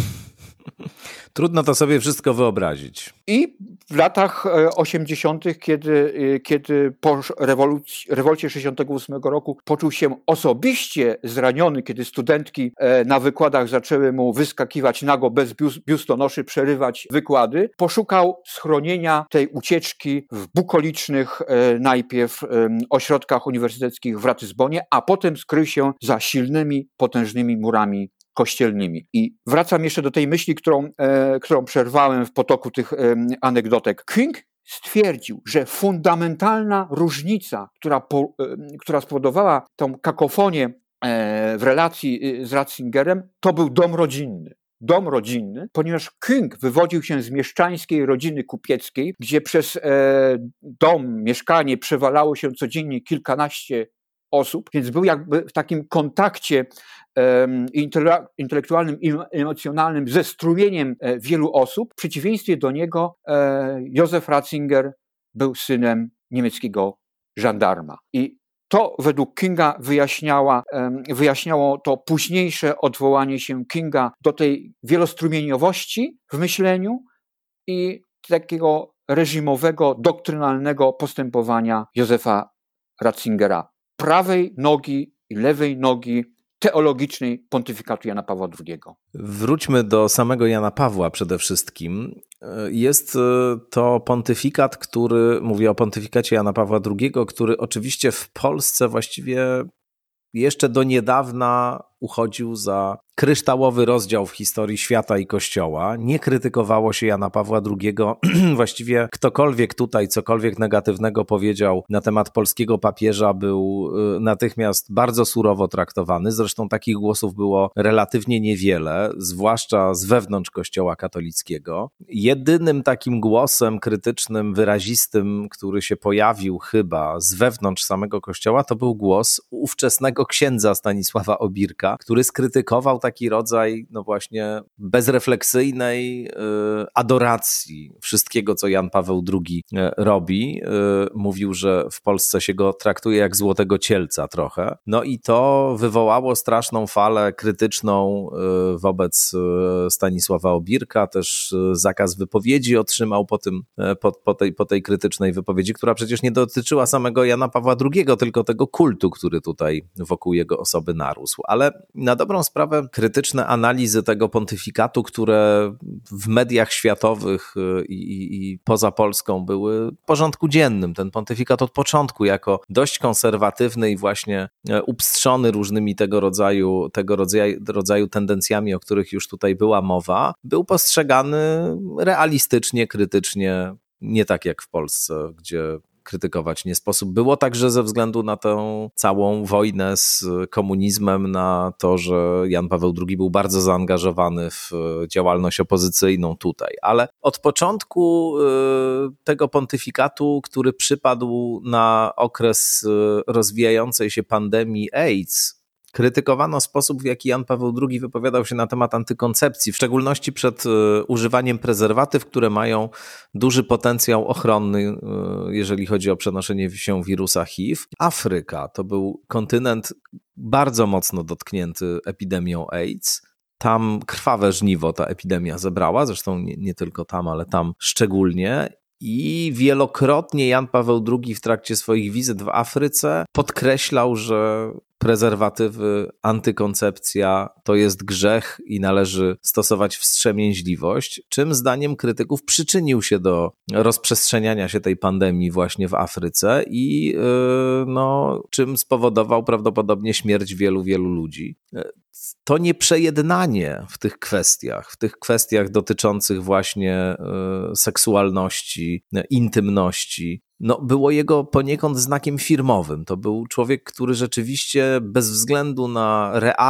Trudno to sobie wszystko wyobrazić. I w latach 80., kiedy po rewolcie 68 roku poczuł się osobiście zraniony, kiedy studentki na wykładach zaczęły mu wyskakiwać nago bez biustonoszy, przerywać wykłady, poszukał schronienia tej ucieczki w bukolicznych najpierw ośrodkach uniwersyteckich w Ratyzbonie, a potem skrył się za silnymi, potężnymi murami kościelnymi. I wracam jeszcze do tej myśli, którą przerwałem w potoku tych anegdotek. King stwierdził, że fundamentalna różnica, która spowodowała tą kakofonię w relacji z Ratzingerem, to był dom rodzinny. Dom rodzinny, ponieważ King wywodził się z mieszczańskiej rodziny kupieckiej, gdzie przez mieszkanie przewalało się codziennie kilkanaście osób, więc był jakby w takim kontakcie intelektualnym i emocjonalnym ze strumieniem wielu osób. W przeciwieństwie do niego Józef Ratzinger był synem niemieckiego żandarma. I To według Kinga wyjaśniało to późniejsze odwołanie się Kinga do tej wielostrumieniowości w myśleniu i takiego reżimowego, doktrynalnego postępowania Józefa Ratzingera. Prawej nogi i lewej nogi teologicznej pontyfikatu Jana Pawła II. Wróćmy do samego Jana Pawła przede wszystkim. Jest to pontyfikat, mówię o pontyfikacie Jana Pawła II, który oczywiście w Polsce właściwie jeszcze do niedawna uchodził za kryształowy rozdział w historii świata i Kościoła. Nie krytykowało się Jana Pawła II. Właściwie ktokolwiek tutaj cokolwiek negatywnego powiedział na temat polskiego papieża, był natychmiast bardzo surowo traktowany. Zresztą takich głosów było relatywnie niewiele, zwłaszcza z wewnątrz Kościoła katolickiego. Jedynym takim głosem krytycznym, wyrazistym, który się pojawił chyba z wewnątrz samego Kościoła, to był głos ówczesnego księdza Stanisława Obirka, który skrytykował taki rodzaj, no właśnie, bezrefleksyjnej adoracji wszystkiego, co Jan Paweł II robi. Mówił, że w Polsce się go traktuje jak złotego cielca trochę. No i to wywołało straszną falę krytyczną wobec Stanisława Obirka. Też zakaz wypowiedzi otrzymał po tej krytycznej wypowiedzi, która przecież nie dotyczyła samego Jana Pawła II, tylko tego kultu, który tutaj wokół jego osoby narósł. Ale na dobrą sprawę krytyczne analizy tego pontyfikatu, które w mediach światowych i poza Polską były w porządku dziennym. Ten pontyfikat od początku jako dość konserwatywny i właśnie upstrzony różnymi tego rodzaju tendencjami, o których już tutaj była mowa, był postrzegany realistycznie, krytycznie, nie tak jak w Polsce, gdzie krytykować nie sposób. Było także ze względu na tę całą wojnę z komunizmem, na to, że Jan Paweł II był bardzo zaangażowany w działalność opozycyjną tutaj. Ale od początku tego pontyfikatu, który przypadł na okres rozwijającej się pandemii AIDS, krytykowano sposób, w jaki Jan Paweł II wypowiadał się na temat antykoncepcji, w szczególności przed używaniem prezerwatyw, które mają duży potencjał ochronny, jeżeli chodzi o przenoszenie się wirusa HIV. Afryka to był kontynent bardzo mocno dotknięty epidemią AIDS. Tam krwawe żniwo ta epidemia zebrała, zresztą nie tylko tam, ale tam szczególnie. I wielokrotnie Jan Paweł II w trakcie swoich wizyt w Afryce podkreślał, że prezerwatywy, antykoncepcja to jest grzech i należy stosować wstrzemięźliwość, czym zdaniem krytyków przyczynił się do rozprzestrzeniania się tej pandemii właśnie w Afryce i czym spowodował prawdopodobnie śmierć wielu, wielu ludzi. To nieprzejednanie w tych kwestiach dotyczących właśnie seksualności, intymności, było jego poniekąd znakiem firmowym. To był człowiek, który rzeczywiście bez względu na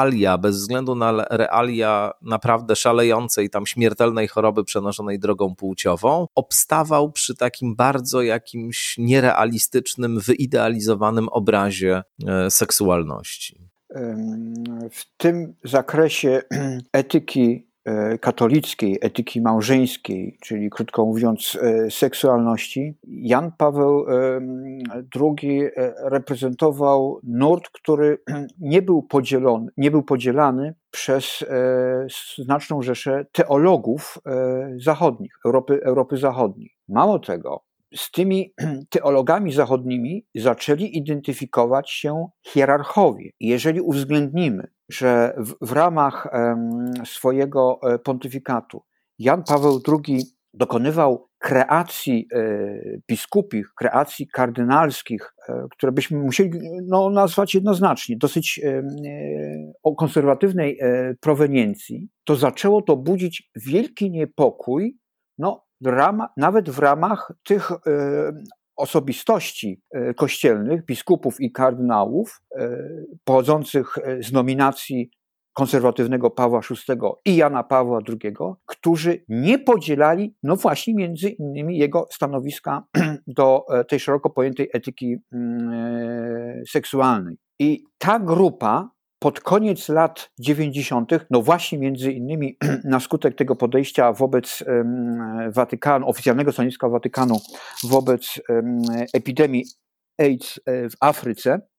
realia naprawdę szalejącej tam śmiertelnej choroby przenoszonej drogą płciową, obstawał przy takim bardzo jakimś nierealistycznym, wyidealizowanym obrazie seksualności. W tym zakresie etyki katolickiej, etyki małżeńskiej, czyli krótko mówiąc seksualności, Jan Paweł II reprezentował nurt, który nie był podzielany przez znaczną rzeszę teologów zachodnich, Europy Zachodniej. Mało tego, z tymi teologami zachodnimi zaczęli identyfikować się hierarchowie. Jeżeli uwzględnimy, że w ramach swojego pontyfikatu Jan Paweł II dokonywał kreacji biskupich, kreacji kardynalskich, które byśmy musieli nazwać jednoznacznie, dosyć o konserwatywnej proweniencji, to zaczęło to budzić wielki niepokój, nawet w ramach tych osobistości kościelnych, biskupów i kardynałów pochodzących z nominacji konserwatywnego Pawła VI i Jana Pawła II, którzy nie podzielali, właśnie między innymi jego stanowiska do tej szeroko pojętej etyki seksualnej. I ta grupa pod koniec lat 90., właśnie między innymi na skutek tego podejścia wobec Watykanu, oficjalnego stanowiska Watykanu wobec epidemii AIDS w Afryce,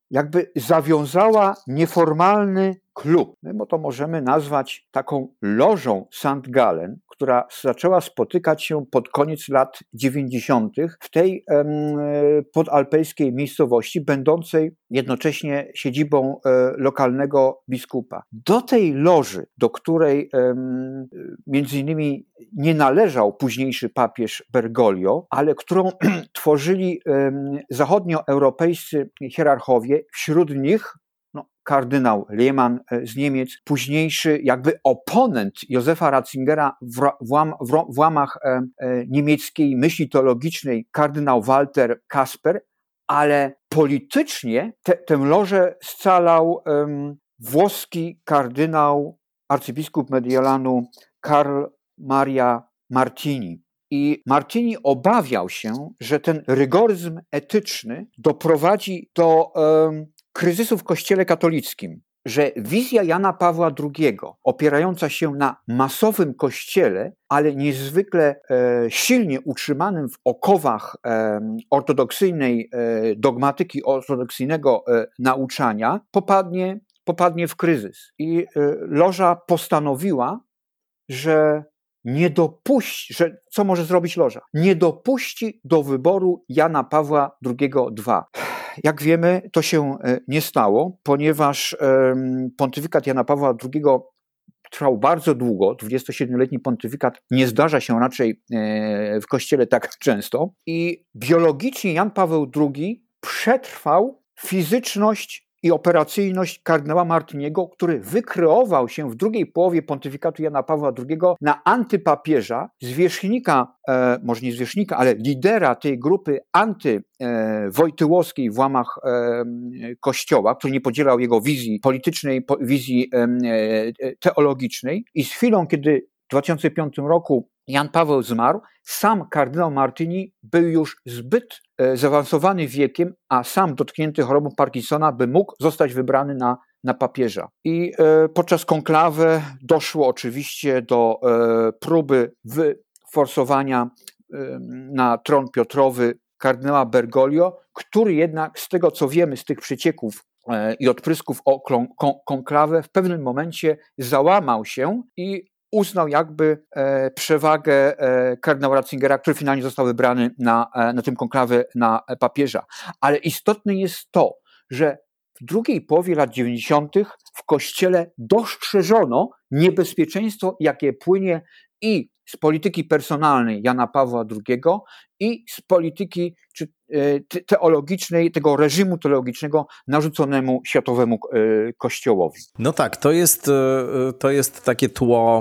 jakby zawiązała nieformalny klub, bo to możemy nazwać taką lożą St. Gallen, która zaczęła spotykać się pod koniec lat 90. w tej podalpejskiej miejscowości, będącej jednocześnie siedzibą lokalnego biskupa. Do tej loży, do której między innymi nie należał późniejszy papież Bergoglio, ale którą tworzyli zachodnioeuropejscy hierarchowie, wśród nich kardynał Lehmann z Niemiec, późniejszy jakby oponent Józefa Ratzingera w łamach niemieckiej myśli teologicznej, kardynał Walter Kasper, ale politycznie tę lożę scalał włoski kardynał, arcybiskup Mediolanu Karl Maria Martini. I Martini obawiał się, że ten rygoryzm etyczny doprowadzi do kryzysu w Kościele katolickim, że wizja Jana Pawła II, opierająca się na masowym Kościele, ale niezwykle silnie utrzymanym w okowach ortodoksyjnej dogmatyki, ortodoksyjnego nauczania, popadnie w kryzys. I loża postanowiła, że co może zrobić loża? Nie dopuści do wyboru Jana Pawła II. Jak wiemy, to się nie stało, ponieważ pontyfikat Jana Pawła II trwał bardzo długo, 27-letni pontyfikat nie zdarza się raczej w Kościele tak często i biologicznie Jan Paweł II przetrwał fizyczność i operacyjność kardynała Martiniego, który wykreował się w drugiej połowie pontyfikatu Jana Pawła II na antypapieża, zwierzchnika, może nie zwierzchnika, ale lidera tej grupy antywojtyłowskiej w łamach Kościoła, który nie podzielał jego wizji politycznej, wizji teologicznej. I z chwilą, kiedy w 2005 roku Jan Paweł zmarł, sam kardynał Martini był już zbyt zaawansowany wiekiem, a sam dotknięty chorobą Parkinsona, by mógł zostać wybrany na papieża. I podczas konklawy doszło oczywiście do próby wyforsowania na tron Piotrowy kardynała Bergoglio, który jednak z tego, co wiemy z tych przecieków i odprysków o konklawę, w pewnym momencie załamał się i uznał jakby przewagę kardynała Ratzingera, który finalnie został wybrany na tym konklawie na papieża. Ale istotne jest to, że w drugiej połowie lat 90. w Kościele dostrzeżono niebezpieczeństwo, jakie płynie i z polityki personalnej Jana Pawła II i z polityki teologicznej, tego reżimu teologicznego narzuconemu światowemu Kościołowi. No tak, to jest takie tło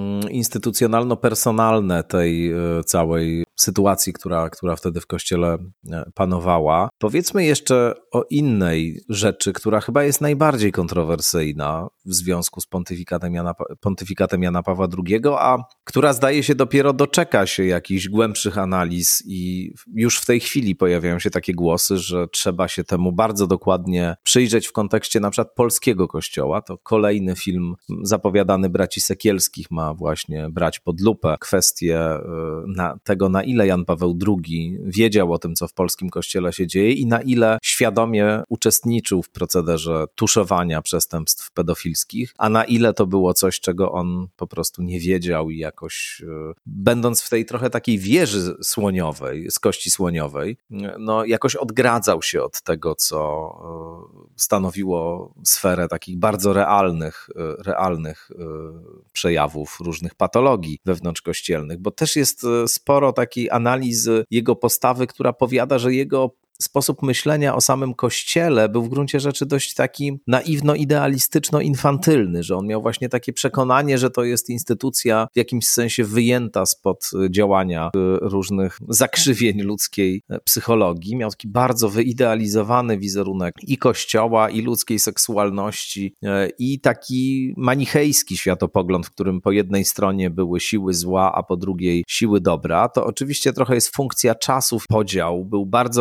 instytucjonalno-personalne tej całej sytuacji, która wtedy w Kościele panowała. Powiedzmy jeszcze o innej rzeczy, która chyba jest najbardziej kontrowersyjna w związku z pontyfikatem Jana Pawła II, a która zdaje się dopiero doczeka się jakichś głębszych analiz i już w tej chwili pojawiają się takie głosy, że trzeba się temu bardzo dokładnie przyjrzeć w kontekście na przykład polskiego Kościoła. To kolejny film zapowiadany braci Sekielskich ma właśnie brać pod lupę kwestię tego, na ile Jan Paweł II wiedział o tym, co w polskim Kościele się dzieje i na ile świadomie uczestniczył w procederze tuszowania przestępstw pedofilskich, a na ile to było coś, czego on po prostu nie wiedział i jakoś będąc w tej trochę takiej wieży słoniowej, z kości słoniowej, no jakoś odgradzał się od tego, co stanowiło sferę takich bardzo realnych przejawów różnych patologii wewnątrzkościelnych, bo też jest sporo takiej analizy jego postawy, która powiada, że jego sposób myślenia o samym Kościele był w gruncie rzeczy dość taki naiwno-idealistyczno-infantylny, że on miał właśnie takie przekonanie, że to jest instytucja w jakimś sensie wyjęta spod działania różnych zakrzywień ludzkiej psychologii. Miał taki bardzo wyidealizowany wizerunek i Kościoła, i ludzkiej seksualności, i taki manichejski światopogląd, w którym po jednej stronie były siły zła, a po drugiej siły dobra. To oczywiście trochę jest funkcja czasów. Podział był bardzo wyraźny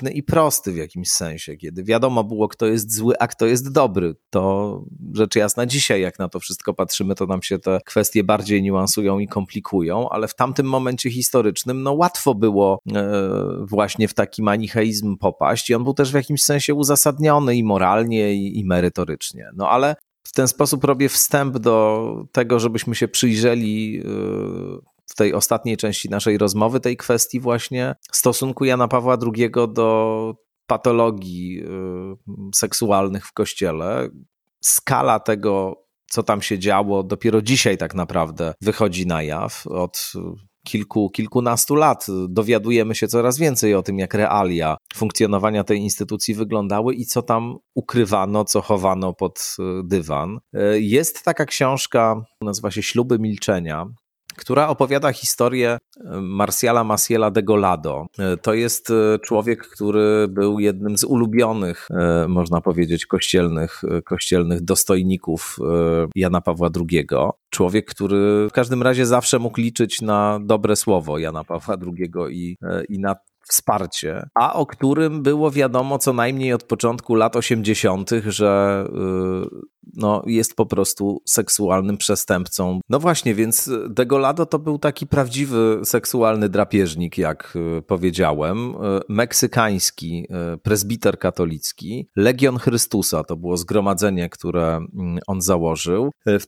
wyraźny i prosty w jakimś sensie, kiedy wiadomo było, kto jest zły, a kto jest dobry. To rzecz jasna dzisiaj, jak na to wszystko patrzymy, to nam się te kwestie bardziej niuansują i komplikują, ale w tamtym momencie historycznym no łatwo było właśnie w taki manicheizm popaść i on był też w jakimś sensie uzasadniony i moralnie, i merytorycznie. No ale w ten sposób robię wstęp do tego, żebyśmy się przyjrzeli w tej ostatniej części naszej rozmowy tej kwestii właśnie stosunku Jana Pawła II do patologii seksualnych w Kościele. Skala tego, co tam się działo, dopiero dzisiaj tak naprawdę wychodzi na jaw. Od kilkunastu lat dowiadujemy się coraz więcej o tym, jak realia funkcjonowania tej instytucji wyglądały i co tam ukrywano, co chowano pod dywan. Jest taka książka, nazywa się Śluby milczenia, która opowiada historię Marciala Maciela de Golado. To jest człowiek, który był jednym z ulubionych, można powiedzieć, kościelnych dostojników Jana Pawła II. Człowiek, który w każdym razie zawsze mógł liczyć na dobre słowo Jana Pawła II i na wsparcie, a o którym było wiadomo co najmniej od początku lat 80., że no, jest po prostu seksualnym przestępcą. No właśnie, więc de Golado to był taki prawdziwy seksualny drapieżnik, jak powiedziałem, meksykański prezbiter katolicki. Legion Chrystusa to było zgromadzenie, które on założył w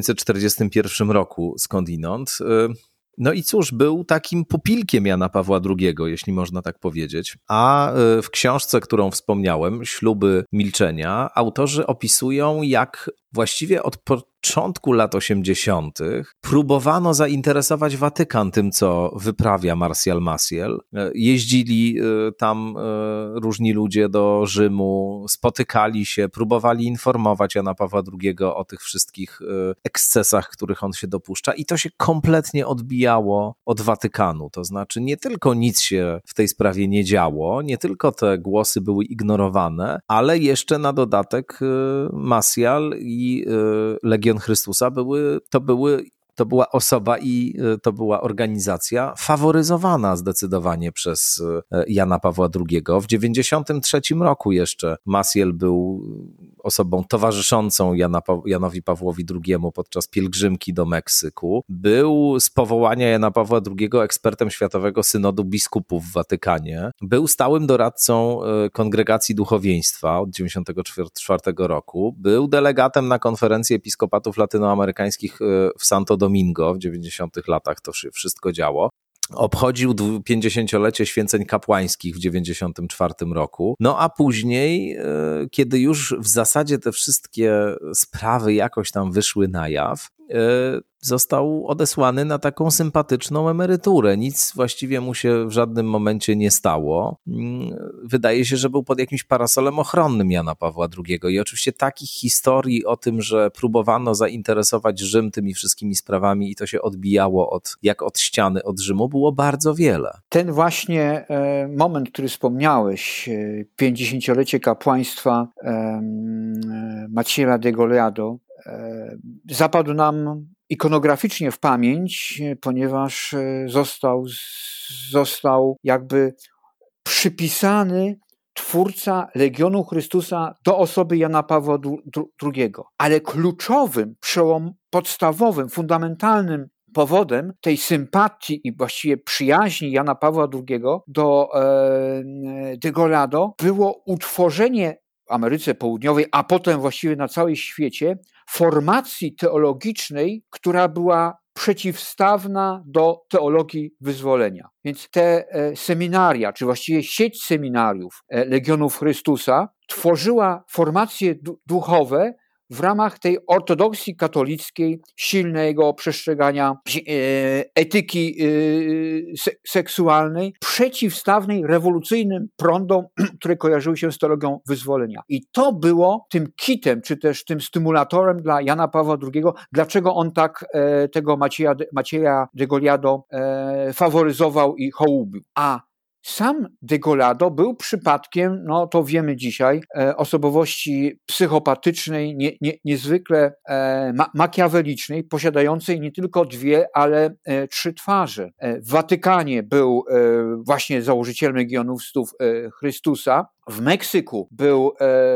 1941 roku skądinąd. No i cóż, był takim pupilkiem Jana Pawła II, jeśli można tak powiedzieć. A w książce, którą wspomniałem, Śluby milczenia, autorzy opisują, jak właściwie od początku lat 80. próbowano zainteresować Watykan tym, co wyprawia Marcial Maciel. Jeździli tam różni ludzie do Rzymu, spotykali się, próbowali informować Jana Pawła II o tych wszystkich ekscesach, których on się dopuszcza i to się kompletnie odbijało od Watykanu. To znaczy nie tylko nic się w tej sprawie nie działo, nie tylko te głosy były ignorowane, ale jeszcze na dodatek Macial i Legion Chrystusa to była osoba i to była organizacja faworyzowana zdecydowanie przez Jana Pawła II. W 1993 roku jeszcze Maciel był osobą towarzyszącą Janowi Pawłowi II podczas pielgrzymki do Meksyku. Był z powołania Jana Pawła II ekspertem Światowego Synodu Biskupów w Watykanie. Był stałym doradcą Kongregacji Duchowieństwa od 1994 roku. Był delegatem na konferencję episkopatów latynoamerykańskich w Santo Domingo w 90 latach. To się wszystko działo. Obchodził 50-lecie święceń kapłańskich w 94 roku. No a później, kiedy już w zasadzie te wszystkie sprawy jakoś tam wyszły na jaw, został odesłany na taką sympatyczną emeryturę. Nic właściwie mu się w żadnym momencie nie stało. Wydaje się, że był pod jakimś parasolem ochronnym Jana Pawła II. I oczywiście takich historii o tym, że próbowano zainteresować Rzym tymi wszystkimi sprawami i to się odbijało jak od ściany od Rzymu, było bardzo wiele. Ten właśnie moment, który wspomniałeś, 50-lecie kapłaństwa Maciela de Golado, zapadł nam ikonograficznie w pamięć, ponieważ został jakby przypisany twórca Legionu Chrystusa do osoby Jana Pawła II. Ale kluczowym, podstawowym, fundamentalnym powodem tej sympatii i właściwie przyjaźni Jana Pawła II do de Golado było utworzenie w Ameryce Południowej, a potem właściwie na całym świecie, formacji teologicznej, która była przeciwstawna do teologii wyzwolenia. Więc te seminaria, czy właściwie sieć seminariów Legionów Chrystusa tworzyła formacje duchowe w ramach tej ortodoksji katolickiej, silnego przestrzegania etyki seksualnej, przeciwstawnej rewolucyjnym prądom, które kojarzyły się z teologią wyzwolenia. I to było tym kitem, czy też tym stymulatorem dla Jana Pawła II, dlaczego on tak tego Macieja de Golado faworyzował i hołubił. A Sam Degollado był przypadkiem, no to wiemy dzisiaj, osobowości psychopatycznej, niezwykle makiawelicznej, posiadającej nie tylko 2, ale 3 twarze. W Watykanie był właśnie założycielem Legionistów Chrystusa, w Meksyku był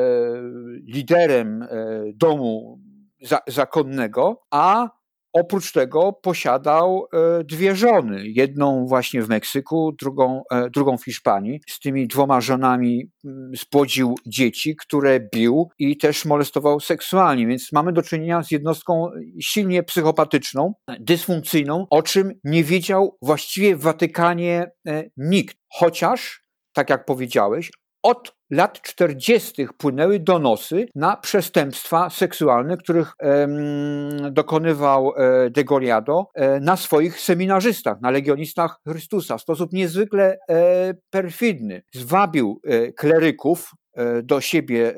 liderem domu zakonnego, a oprócz tego posiadał 2 żony. Jedną właśnie w Meksyku, drugą w Hiszpanii. Z tymi 2 żonami spłodził dzieci, które bił i też molestował seksualnie. Więc mamy do czynienia z jednostką silnie psychopatyczną, dysfunkcyjną, o czym nie wiedział właściwie w Watykanie nikt. Chociaż, tak jak powiedziałeś, od lat 40. płynęły donosy na przestępstwa seksualne, których dokonywał Degollado na swoich seminarzystach, na legionistach Chrystusa w sposób niezwykle perfidny. Zwabił kleryków do siebie,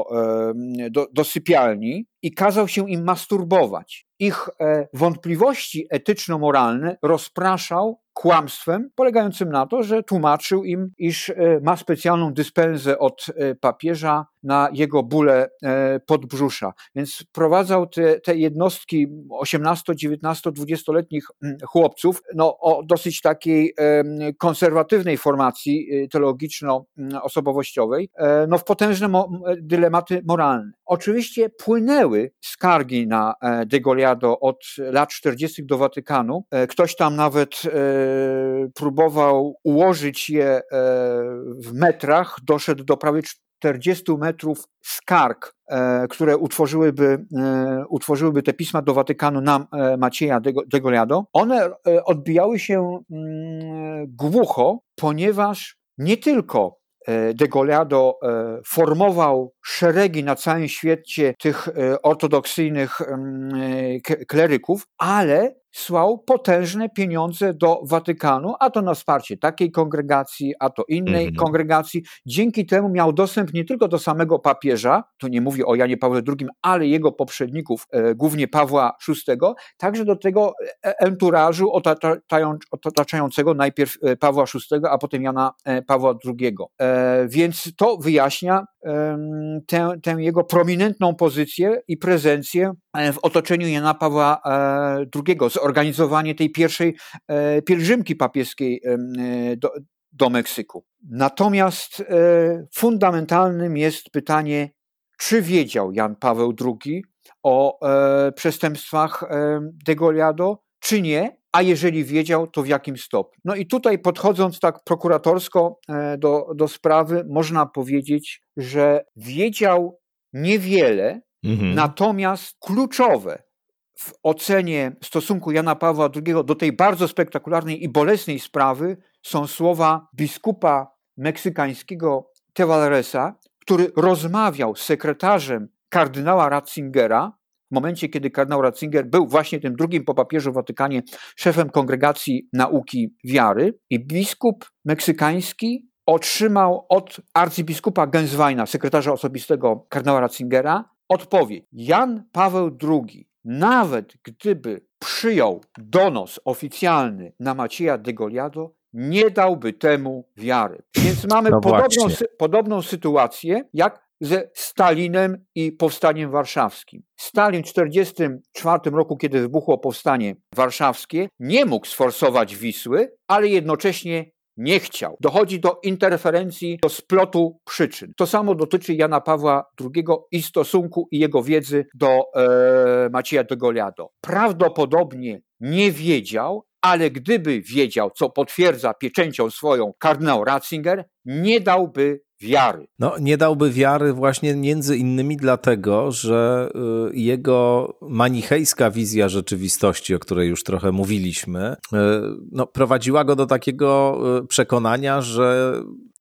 do sypialni i kazał się im masturbować. Ich wątpliwości etyczno-moralne rozpraszał kłamstwem polegającym na to, że tłumaczył im, iż ma specjalną dyspensę od papieża na jego bóle podbrzusza. Więc wprowadzał te jednostki 18, 19, 20-letnich chłopców o dosyć takiej konserwatywnej formacji teologiczno-osobowościowej w potężne dylematy moralne. Oczywiście płynęły skargi na Degollado od lat 40. do Watykanu. Ktoś tam nawet próbował ułożyć je w metrach, doszedł do prawie 40 metrów skarg, które utworzyłyby te pisma do Watykanu na Macieja Degollado. One odbijały się głucho, ponieważ nie tylko Degollado formował szeregi na całym świecie tych ortodoksyjnych kleryków, ale słał potężne pieniądze do Watykanu, a to na wsparcie takiej kongregacji, a to innej kongregacji. Dzięki temu miał dostęp nie tylko do samego papieża, tu nie mówię o Janie Pawle II, ale jego poprzedników, głównie Pawła VI, także do tego enturażu otaczającego najpierw Pawła VI, a potem Jana Pawła II. Więc to wyjaśnia tę jego prominentną pozycję i prezencję w otoczeniu Jana Pawła II, zorganizowanie tej pierwszej pielgrzymki papieskiej do Meksyku. Natomiast fundamentalnym jest pytanie, czy wiedział Jan Paweł II o przestępstwach Degollado, czy nie, a jeżeli wiedział, to w jakim stopniu. No i tutaj podchodząc tak prokuratorsko do sprawy, można powiedzieć, że wiedział niewiele, natomiast kluczowe w ocenie stosunku Jana Pawła II do tej bardzo spektakularnej i bolesnej sprawy są słowa biskupa meksykańskiego Tevalresa, który rozmawiał z sekretarzem kardynała Ratzingera w momencie, kiedy kardynał Ratzinger był właśnie tym drugim po papieżu w Watykanie szefem Kongregacji Nauki Wiary i biskup meksykański otrzymał od arcybiskupa Gensweina, sekretarza osobistego kardynała Ratzingera, odpowiedź. Jan Paweł II, nawet gdyby przyjął donos oficjalny na Macieja Degollado, nie dałby temu wiary. Więc mamy podobną sytuację jak ze Stalinem i Powstaniem Warszawskim. Stalin w 1944 roku, kiedy wybuchło Powstanie Warszawskie, nie mógł sforsować Wisły, ale jednocześnie nie chciał. Dochodzi do interferencji, do splotu przyczyn. To samo dotyczy Jana Pawła II i stosunku i jego wiedzy do Macieja Degollado. Prawdopodobnie nie wiedział, ale gdyby wiedział, co potwierdza pieczęcią swoją kardynał Ratzinger, nie dałby wiary. No, nie dałby wiary właśnie między innymi dlatego, że jego manichejska wizja rzeczywistości, o której już trochę mówiliśmy, prowadziła go do takiego przekonania, że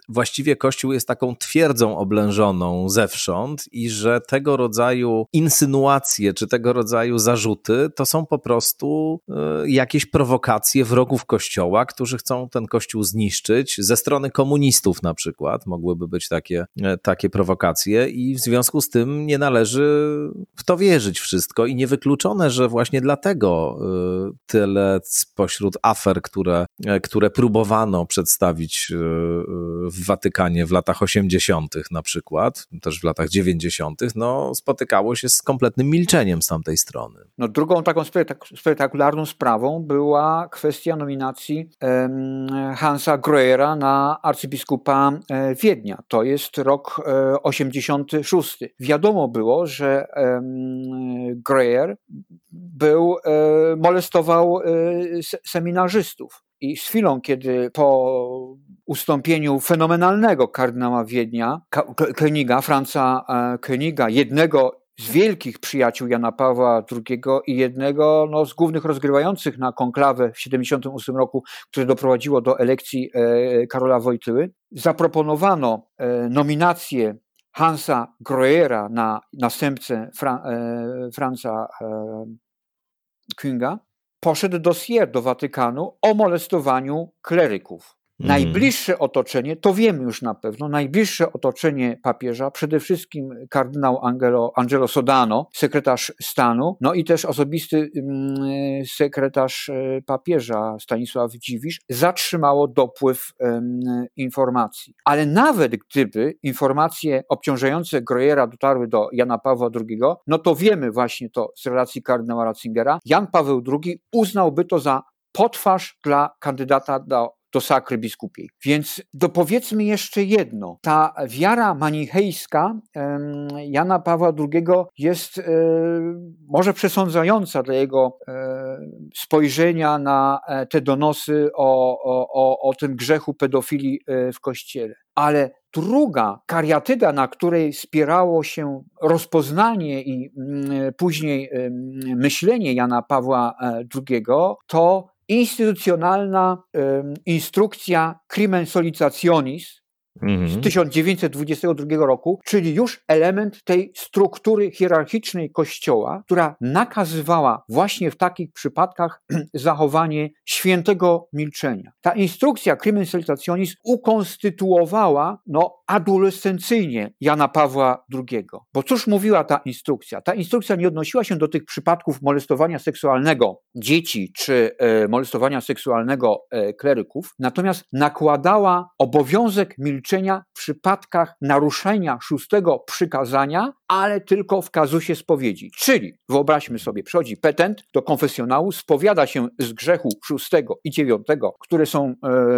właściwie Kościół jest taką twierdzą oblężoną zewsząd i że tego rodzaju insynuacje czy tego rodzaju zarzuty to są po prostu jakieś prowokacje wrogów Kościoła, którzy chcą ten Kościół zniszczyć. Ze strony komunistów na przykład mogłyby być takie prowokacje i w związku z tym nie należy w to wierzyć wszystko i niewykluczone, że właśnie dlatego tyle spośród afer, które próbowano przedstawić w Watykanie w latach 80. na przykład, też w latach 90., no spotykało się z kompletnym milczeniem z tamtej strony. No, drugą taką spektakularną sprawą była kwestia nominacji Hansa Greuera na arcybiskupa Wiednia. To jest rok 86. Wiadomo było, że Greuer molestował seminarzystów. I z chwilą, kiedy po ustąpieniu fenomenalnego kardynała Wiednia, Franza Königa, jednego z wielkich przyjaciół Jana Pawła II i jednego z głównych rozgrywających na konklawę w 1978 roku, które doprowadziło do elekcji Karola Wojtyły, zaproponowano nominację Hansa Greuera na następcę Franza Königa. Poszedł dossier do Watykanu o molestowaniu kleryków. Najbliższe otoczenie, to wiemy już na pewno, najbliższe otoczenie papieża, przede wszystkim kardynał Angelo Sodano, sekretarz stanu, no i też osobisty sekretarz papieża Stanisław Dziwisz, zatrzymało dopływ informacji. Ale nawet gdyby informacje obciążające Greuera dotarły do Jana Pawła II, no to wiemy właśnie to z relacji kardynała Ratzingera, Jan Paweł II uznałby to za potwarz dla kandydata do sakry biskupiej. Więc dopowiedzmy jeszcze jedno. Ta wiara manichejska Jana Pawła II jest może przesądzająca dla jego spojrzenia na te donosy o tym grzechu pedofilii w Kościele. Ale druga kariatyda, na której spierało się rozpoznanie i później myślenie Jana Pawła II, to instytucjonalna instrukcja Crimen Solitationis z 1922 roku, czyli już element tej struktury hierarchicznej Kościoła, która nakazywała właśnie w takich przypadkach zachowanie świętego milczenia. Ta instrukcja Crimen Solitationis ukonstytuowała adolescencyjnie Jana Pawła II. Bo cóż mówiła ta instrukcja? Ta instrukcja nie odnosiła się do tych przypadków molestowania seksualnego dzieci czy molestowania seksualnego kleryków, natomiast nakładała obowiązek milczenia w przypadkach naruszenia 6. przykazania, ale tylko w kazusie spowiedzi. Czyli wyobraźmy sobie, przychodzi petent do konfesjonału, spowiada się z grzechu 6. i 9, które są,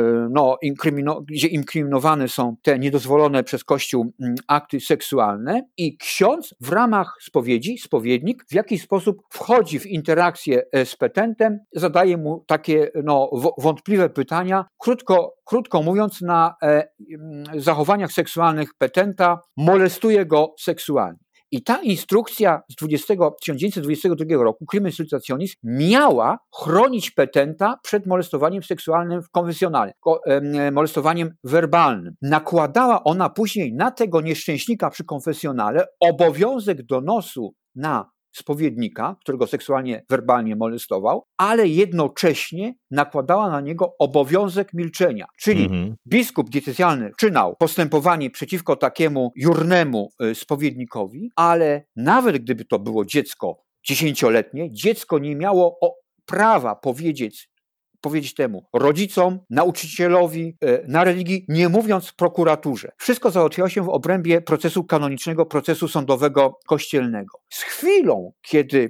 gdzie inkryminowane są te niedozwolone przez Kościół akty seksualne i ksiądz w ramach spowiedzi, spowiednik w jakiś sposób wchodzi w interakcję z petentem, zadaje mu takie wątpliwe pytania, krótko mówiąc, na zachowaniach seksualnych petenta molestuje go seksualnie. I ta instrukcja z 1922 roku, Crimen Solitationis, miała chronić petenta przed molestowaniem seksualnym w konfesjonale, molestowaniem werbalnym. Nakładała ona później na tego nieszczęśnika przy konfesjonale obowiązek donosu na spowiednika, którego seksualnie, werbalnie molestował, ale jednocześnie nakładała na niego obowiązek milczenia. Czyli biskup diecezjalny wszczynał postępowanie przeciwko takiemu jurnemu spowiednikowi, ale nawet gdyby to było dziecko 10-letnie, dziecko nie miało prawa powiedzieć temu rodzicom, nauczycielowi, na religii, nie mówiąc prokuraturze. Wszystko załatwiało się w obrębie procesu kanonicznego, procesu sądowego kościelnego. Z chwilą, kiedy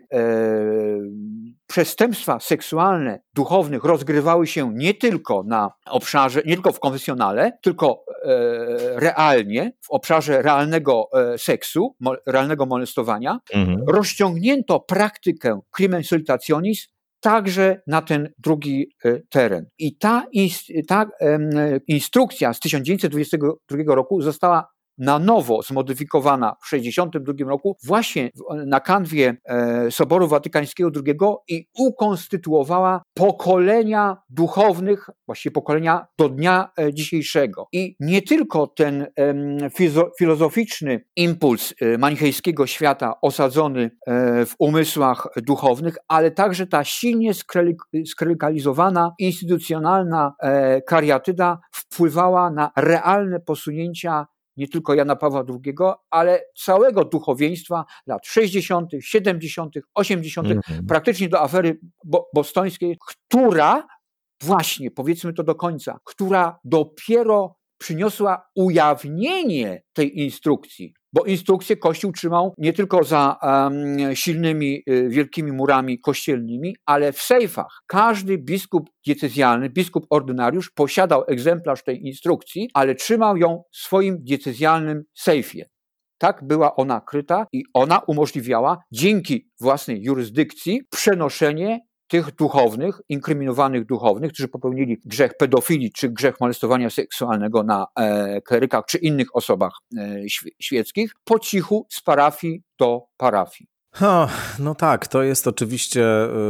przestępstwa seksualne duchownych rozgrywały się nie tylko na obszarze, nie tylko w konfesjonale, tylko realnie, w obszarze realnego seksu, realnego molestowania, rozciągnięto praktykę Crimen Solitationis także na ten drugi teren. I ta instrukcja z 1922 roku została na nowo zmodyfikowana w 1962 roku właśnie na kanwie Soboru Watykańskiego II i ukonstytuowała pokolenia duchownych, właściwie pokolenia do dnia dzisiejszego. I nie tylko ten filozoficzny impuls manichejskiego świata osadzony w umysłach duchownych, ale także ta silnie skrykalizowana, instytucjonalna kariatyda wpływała na realne posunięcia nie tylko Jana Pawła II, ale całego duchowieństwa lat 60., 70., 80., praktycznie do afery bostońskiej, która właśnie, powiedzmy to do końca, która dopiero przyniosła ujawnienie tej instrukcji, bo instrukcję Kościół trzymał nie tylko za silnymi, wielkimi murami kościelnymi, ale w sejfach. Każdy biskup diecezjalny, biskup ordynariusz posiadał egzemplarz tej instrukcji, ale trzymał ją w swoim diecezjalnym sejfie. Tak była ona kryta i ona umożliwiała dzięki własnej jurysdykcji przenoszenie tych duchownych, inkryminowanych duchownych, którzy popełnili grzech pedofilii czy grzech molestowania seksualnego na klerykach czy innych osobach świeckich, po cichu z parafii do parafii. No tak, to jest oczywiście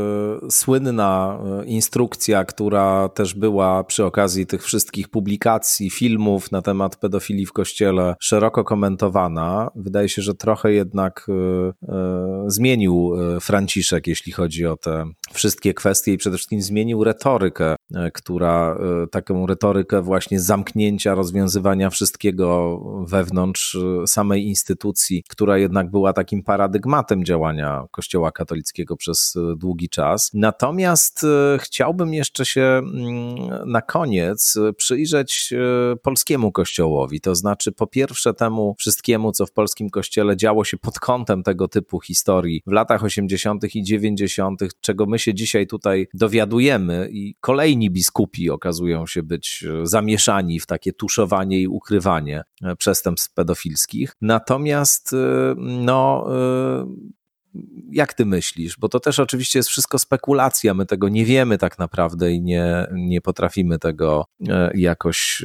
słynna instrukcja, która też była przy okazji tych wszystkich publikacji, filmów na temat pedofilii w Kościele szeroko komentowana. Wydaje się, że trochę jednak zmienił Franciszek, jeśli chodzi o te wszystkie kwestie i przede wszystkim zmienił retorykę, która taką retorykę właśnie zamknięcia, rozwiązywania wszystkiego wewnątrz samej instytucji, która jednak była takim paradygmatem działania Kościoła katolickiego przez długi czas. Natomiast chciałbym jeszcze się na koniec przyjrzeć polskiemu Kościołowi, to znaczy po pierwsze temu wszystkiemu, co w polskim Kościele działo się pod kątem tego typu historii w latach 80. i 90., czego my się dzisiaj tutaj dowiadujemy i kolejni biskupi okazują się być zamieszani w takie tuszowanie i ukrywanie przestępstw pedofilskich. Natomiast jak ty myślisz? Bo to też oczywiście jest wszystko spekulacja, my tego nie wiemy tak naprawdę i nie potrafimy tego jakoś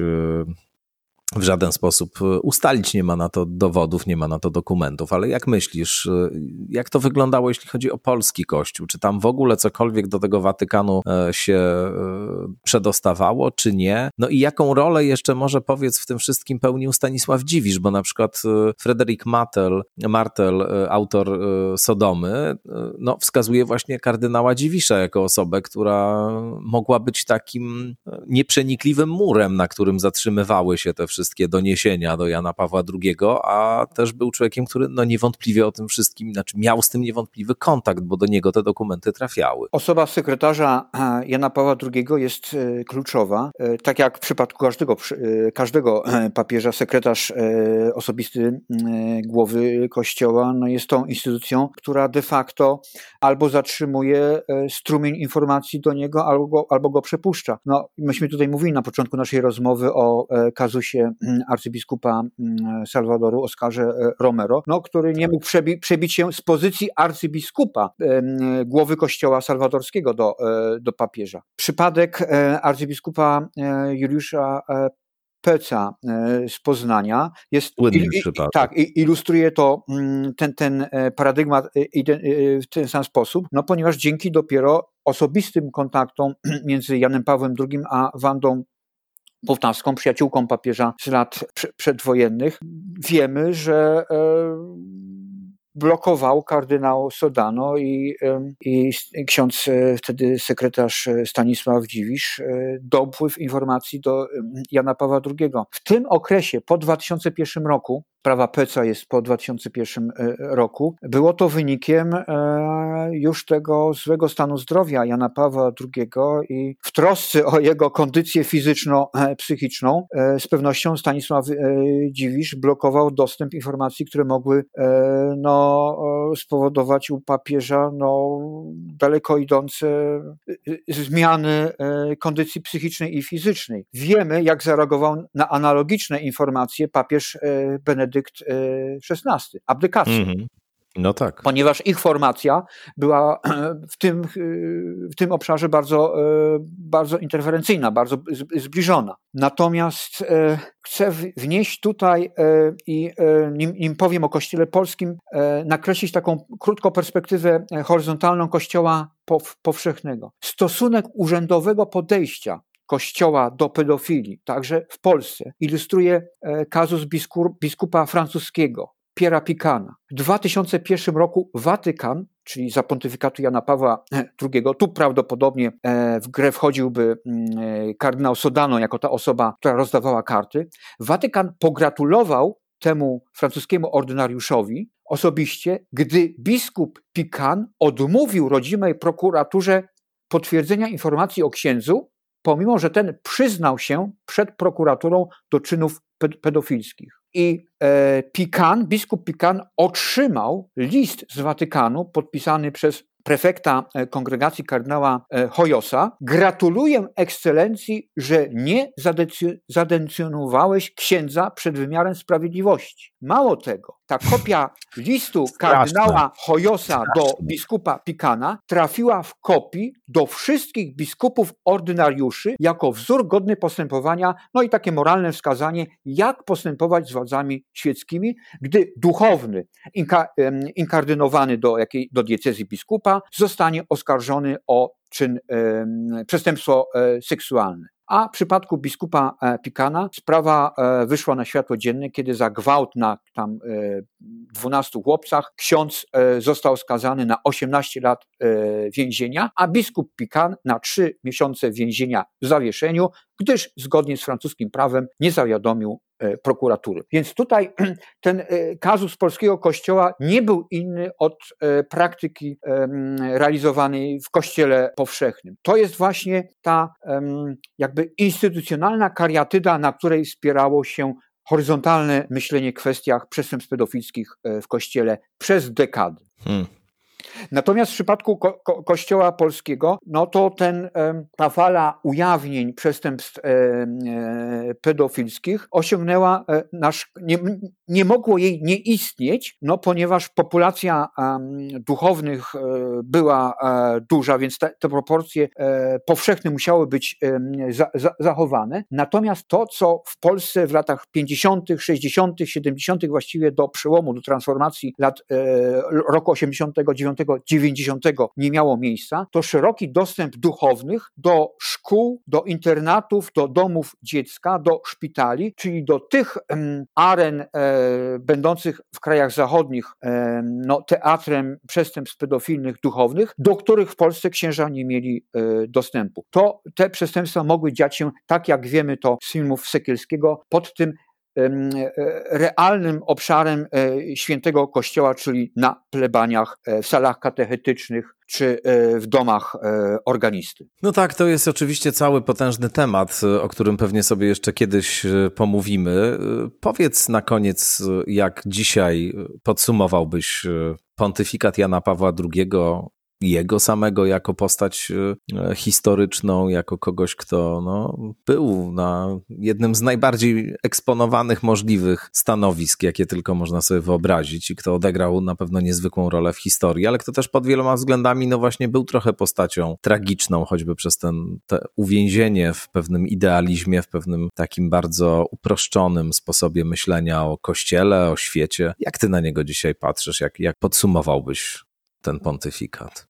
w żaden sposób ustalić, nie ma na to dowodów, nie ma na to dokumentów, ale jak myślisz, jak to wyglądało, jeśli chodzi o polski Kościół? Czy tam w ogóle cokolwiek do tego Watykanu się przedostawało, czy nie? No i jaką rolę jeszcze może, powiedz, w tym wszystkim pełnił Stanisław Dziwisz, bo na przykład Fryderyk Martel, autor Sodomy, wskazuje właśnie kardynała Dziwisza jako osobę, która mogła być takim nieprzenikliwym murem, na którym zatrzymywały się te wszystkie doniesienia do Jana Pawła II, a też był człowiekiem, który niewątpliwie o tym wszystkim, miał z tym niewątpliwy kontakt, bo do niego te dokumenty trafiały. Osoba sekretarza Jana Pawła II jest kluczowa. Tak jak w przypadku każdego papieża, sekretarz osobisty głowy Kościoła jest tą instytucją, która de facto albo zatrzymuje strumień informacji do niego, albo go przepuszcza. Myśmy tutaj mówili na początku naszej rozmowy o kazusie arcybiskupa Salwadoru, Oskarze Romero, który nie mógł przebić się z pozycji arcybiskupa głowy Kościoła salwadorskiego do papieża. Przypadek arcybiskupa Juliusza Peca z Poznania jest ilustruje to ten paradygmat w ten sam sposób, ponieważ dzięki dopiero osobistym kontaktom między Janem Pawłem II a Wandą Połtawską, przyjaciółką papieża z lat przedwojennych, wiemy, że blokował kardynał Sodano i ksiądz wtedy sekretarz Stanisław Dziwisz dopływ informacji do Jana Pawła II. W tym okresie po 2001 roku, prawa Peca jest po 2001 roku, było to wynikiem już tego złego stanu zdrowia Jana Pawła II i w trosce o jego kondycję fizyczno-psychiczną z pewnością Stanisław Dziwisz blokował dostęp informacji, które mogły spowodować u papieża daleko idące zmiany kondycji psychicznej i fizycznej. Wiemy, jak zareagował na analogiczne informacje papież Benedykt XVI, abdykacją. No tak. Ponieważ ich formacja była w tym obszarze bardzo interferencyjna, bardzo zbliżona. Natomiast chcę wnieść tutaj i nim powiem o Kościele polskim, nakreślić taką krótką perspektywę horyzontalną Kościoła powszechnego. Stosunek urzędowego podejścia Kościoła do pedofilii, także w Polsce, ilustruje kazus biskupa francuskiego, Pierre'a Picana. W 2001 roku Watykan, czyli za pontyfikatu Jana Pawła II, tu prawdopodobnie w grę wchodziłby kardynał Sodano jako ta osoba, która rozdawała karty. Watykan pogratulował temu francuskiemu ordynariuszowi osobiście, gdy biskup Pican odmówił rodzimej prokuraturze potwierdzenia informacji o księdzu, pomimo że ten przyznał się przed prokuraturą do czynów pedofilskich. I biskup Pican otrzymał list z Watykanu podpisany przez prefekta kongregacji kardynała Hoyosa. Gratuluję ekscelencji, że nie zadencjonowałeś księdza przed wymiarem sprawiedliwości. Mało tego, ta kopia listu kardynała Hoyosa do biskupa Picana trafiła w kopii do wszystkich biskupów ordynariuszy jako wzór godny postępowania, no i takie moralne wskazanie, jak postępować z władzami świeckimi, gdy duchowny inkardynowany do diecezji biskupa zostanie oskarżony o czyn przestępstwo seksualne. A w przypadku biskupa Picana sprawa wyszła na światło dzienne, kiedy za gwałt na 12 chłopcach ksiądz został skazany na 18 lat więzienia, a biskup Pican na 3 miesiące więzienia w zawieszeniu, gdyż zgodnie z francuskim prawem nie zawiadomił prokuratury. Więc tutaj ten kazus polskiego kościoła nie był inny od praktyki realizowanej w kościele powszechnym. To jest właśnie ta jakby instytucjonalna kariatyda, na której wspierało się horyzontalne myślenie w kwestiach przestępstw pedofilskich w kościele przez dekady. Natomiast w przypadku Kościoła polskiego, no to ta fala ujawnień przestępstw pedofilskich osiągnęła nie mogło jej nie istnieć, no ponieważ populacja duchownych była duża, więc te proporcje powszechne musiały być zachowane. Natomiast to, co w Polsce w latach 50., 60., 70., właściwie do przełomu, do transformacji roku 89, 90 nie miało miejsca, to szeroki dostęp duchownych do szkół, do internatów, do domów dziecka, do szpitali, czyli do tych aren będących w krajach zachodnich teatrem przestępstw pedofilnych duchownych, do których w Polsce księża nie mieli dostępu. Te przestępstwa mogły dziać się, tak jak wiemy to z filmów Sekielskiego, pod tym realnym obszarem świętego Kościoła, czyli na plebaniach, w salach katechetycznych czy w domach organisty. No tak, to jest oczywiście cały potężny temat, o którym pewnie sobie jeszcze kiedyś pomówimy. Powiedz na koniec, jak dzisiaj podsumowałbyś pontyfikat Jana Pawła II, jego samego jako postać historyczną, jako kogoś, kto był na jednym z najbardziej eksponowanych możliwych stanowisk, jakie tylko można sobie wyobrazić i kto odegrał na pewno niezwykłą rolę w historii, ale kto też pod wieloma względami właśnie był trochę postacią tragiczną, choćby przez te uwięzienie w pewnym idealizmie, w pewnym takim bardzo uproszczonym sposobie myślenia o Kościele, o świecie. Jak ty na niego dzisiaj patrzysz? Jak podsumowałbyś ten pontyfikat?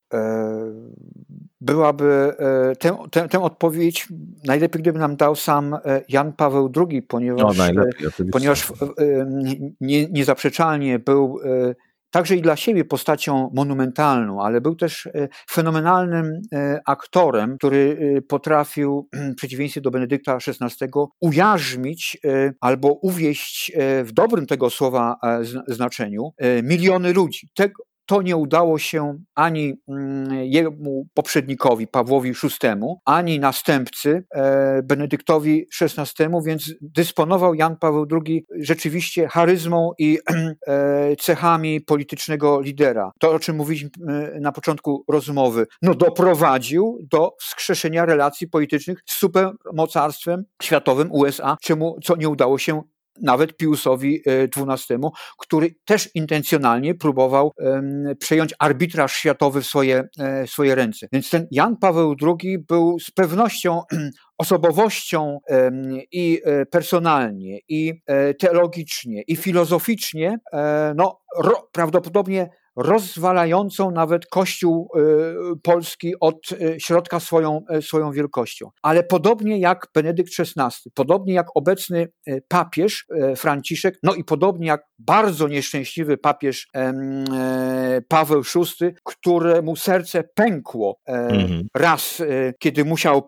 Byłaby tę odpowiedź najlepiej, gdyby nam dał sam Jan Paweł II, ponieważ niezaprzeczalnie był także i dla siebie postacią monumentalną, ale był też fenomenalnym aktorem, który potrafił, w przeciwieństwie do Benedykta XVI, ujarzmić albo uwieść w dobrym tego słowa znaczeniu miliony ludzi. To nie udało się ani jemu poprzednikowi, Pawłowi VI, ani następcy Benedyktowi XVI, więc dysponował Jan Paweł II rzeczywiście charyzmą i cechami politycznego lidera. To, o czym mówiliśmy na początku rozmowy, doprowadził do wskrzeszenia relacji politycznych z supermocarstwem światowym USA, co nie udało się nawet Piusowi XII, który też intencjonalnie próbował przejąć arbitraż światowy w swoje ręce. Więc ten Jan Paweł II był z pewnością osobowością i personalnie, i teologicznie, i filozoficznie, prawdopodobnie rozwalającą nawet Kościół polski od środka swoją wielkością. Ale podobnie jak Benedykt XVI, podobnie jak obecny papież Franciszek, i podobnie jak bardzo nieszczęśliwy papież Paweł VI, któremu serce pękło raz, kiedy musiał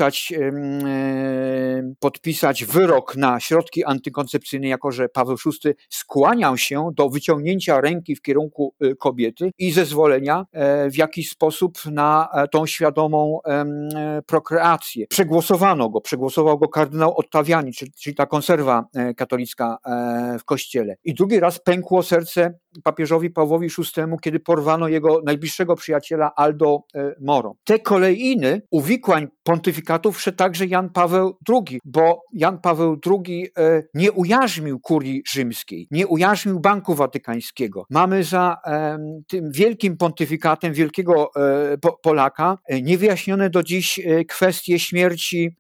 podpisać wyrok na środki antykoncepcyjne, jako że Paweł VI skłaniał się do wyciągnięcia ręki w kierunku kobiety i zezwolenia w jakiś sposób na tą świadomą prokreację. Przegłosował go kardynał Ottaviani, czyli ta konserwa katolicka w kościele. I drugi raz pękło serce papieżowi Pawłowi VI, kiedy porwano jego najbliższego przyjaciela Aldo Moro. Te kolejny uwikłań pontyfikatów wszedł także Jan Paweł II, bo Jan Paweł II nie ujarzmił kurii rzymskiej, nie ujarzmił Banku Watykańskiego. Mamy za tym wielkim pontyfikatem wielkiego Polaka niewyjaśnione do dziś kwestie śmierci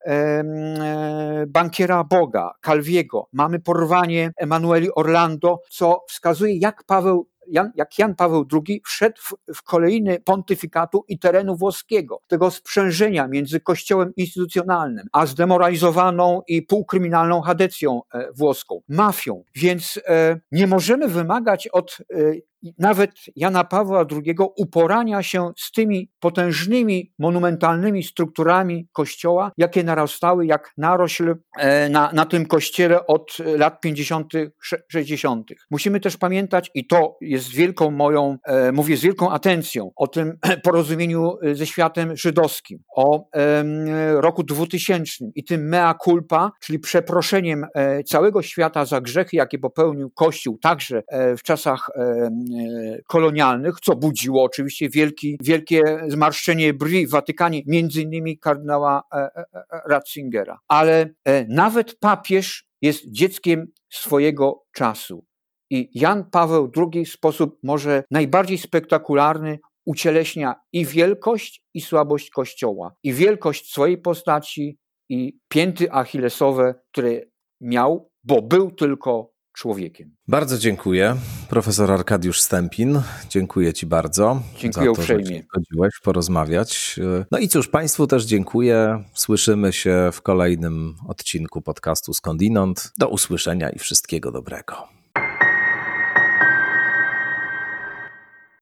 bankiera Boga, Calviego. Mamy porwanie Emanueli Orlando, co wskazuje, jak Jan Paweł II wszedł w kolejny pontyfikatu i terenu włoskiego, tego sprzężenia między kościołem instytucjonalnym, a zdemoralizowaną i półkryminalną Chadecją włoską, mafią. Więc nie możemy wymagać od nawet Jana Pawła II uporania się z tymi potężnymi, monumentalnymi strukturami Kościoła, jakie narastały jak narośl na tym Kościele od lat 50., 60. Musimy też pamiętać, i to jest mówię z wielką atencją, o tym porozumieniu ze światem żydowskim, o roku 2000 i tym mea culpa, czyli przeproszeniem całego świata za grzechy, jakie popełnił Kościół także w czasach kolonialnych, co budziło oczywiście wielkie zmarszczenie brwi w Watykanie, między innymi kardynała Ratzingera. Ale nawet papież jest dzieckiem swojego czasu. I Jan Paweł II w sposób może najbardziej spektakularny ucieleśnia i wielkość, i słabość Kościoła, i wielkość swojej postaci, i pięty achillesowe, które miał, bo był tylko człowiekiem. Bardzo dziękuję. Profesor Arkadiusz Stępin, dziękuję Ci bardzo. Dziękuję uprzejmie. Że się zgodziłeś porozmawiać. No i cóż, Państwu też dziękuję. Słyszymy się w kolejnym odcinku podcastu Skądinąd. Do usłyszenia i wszystkiego dobrego.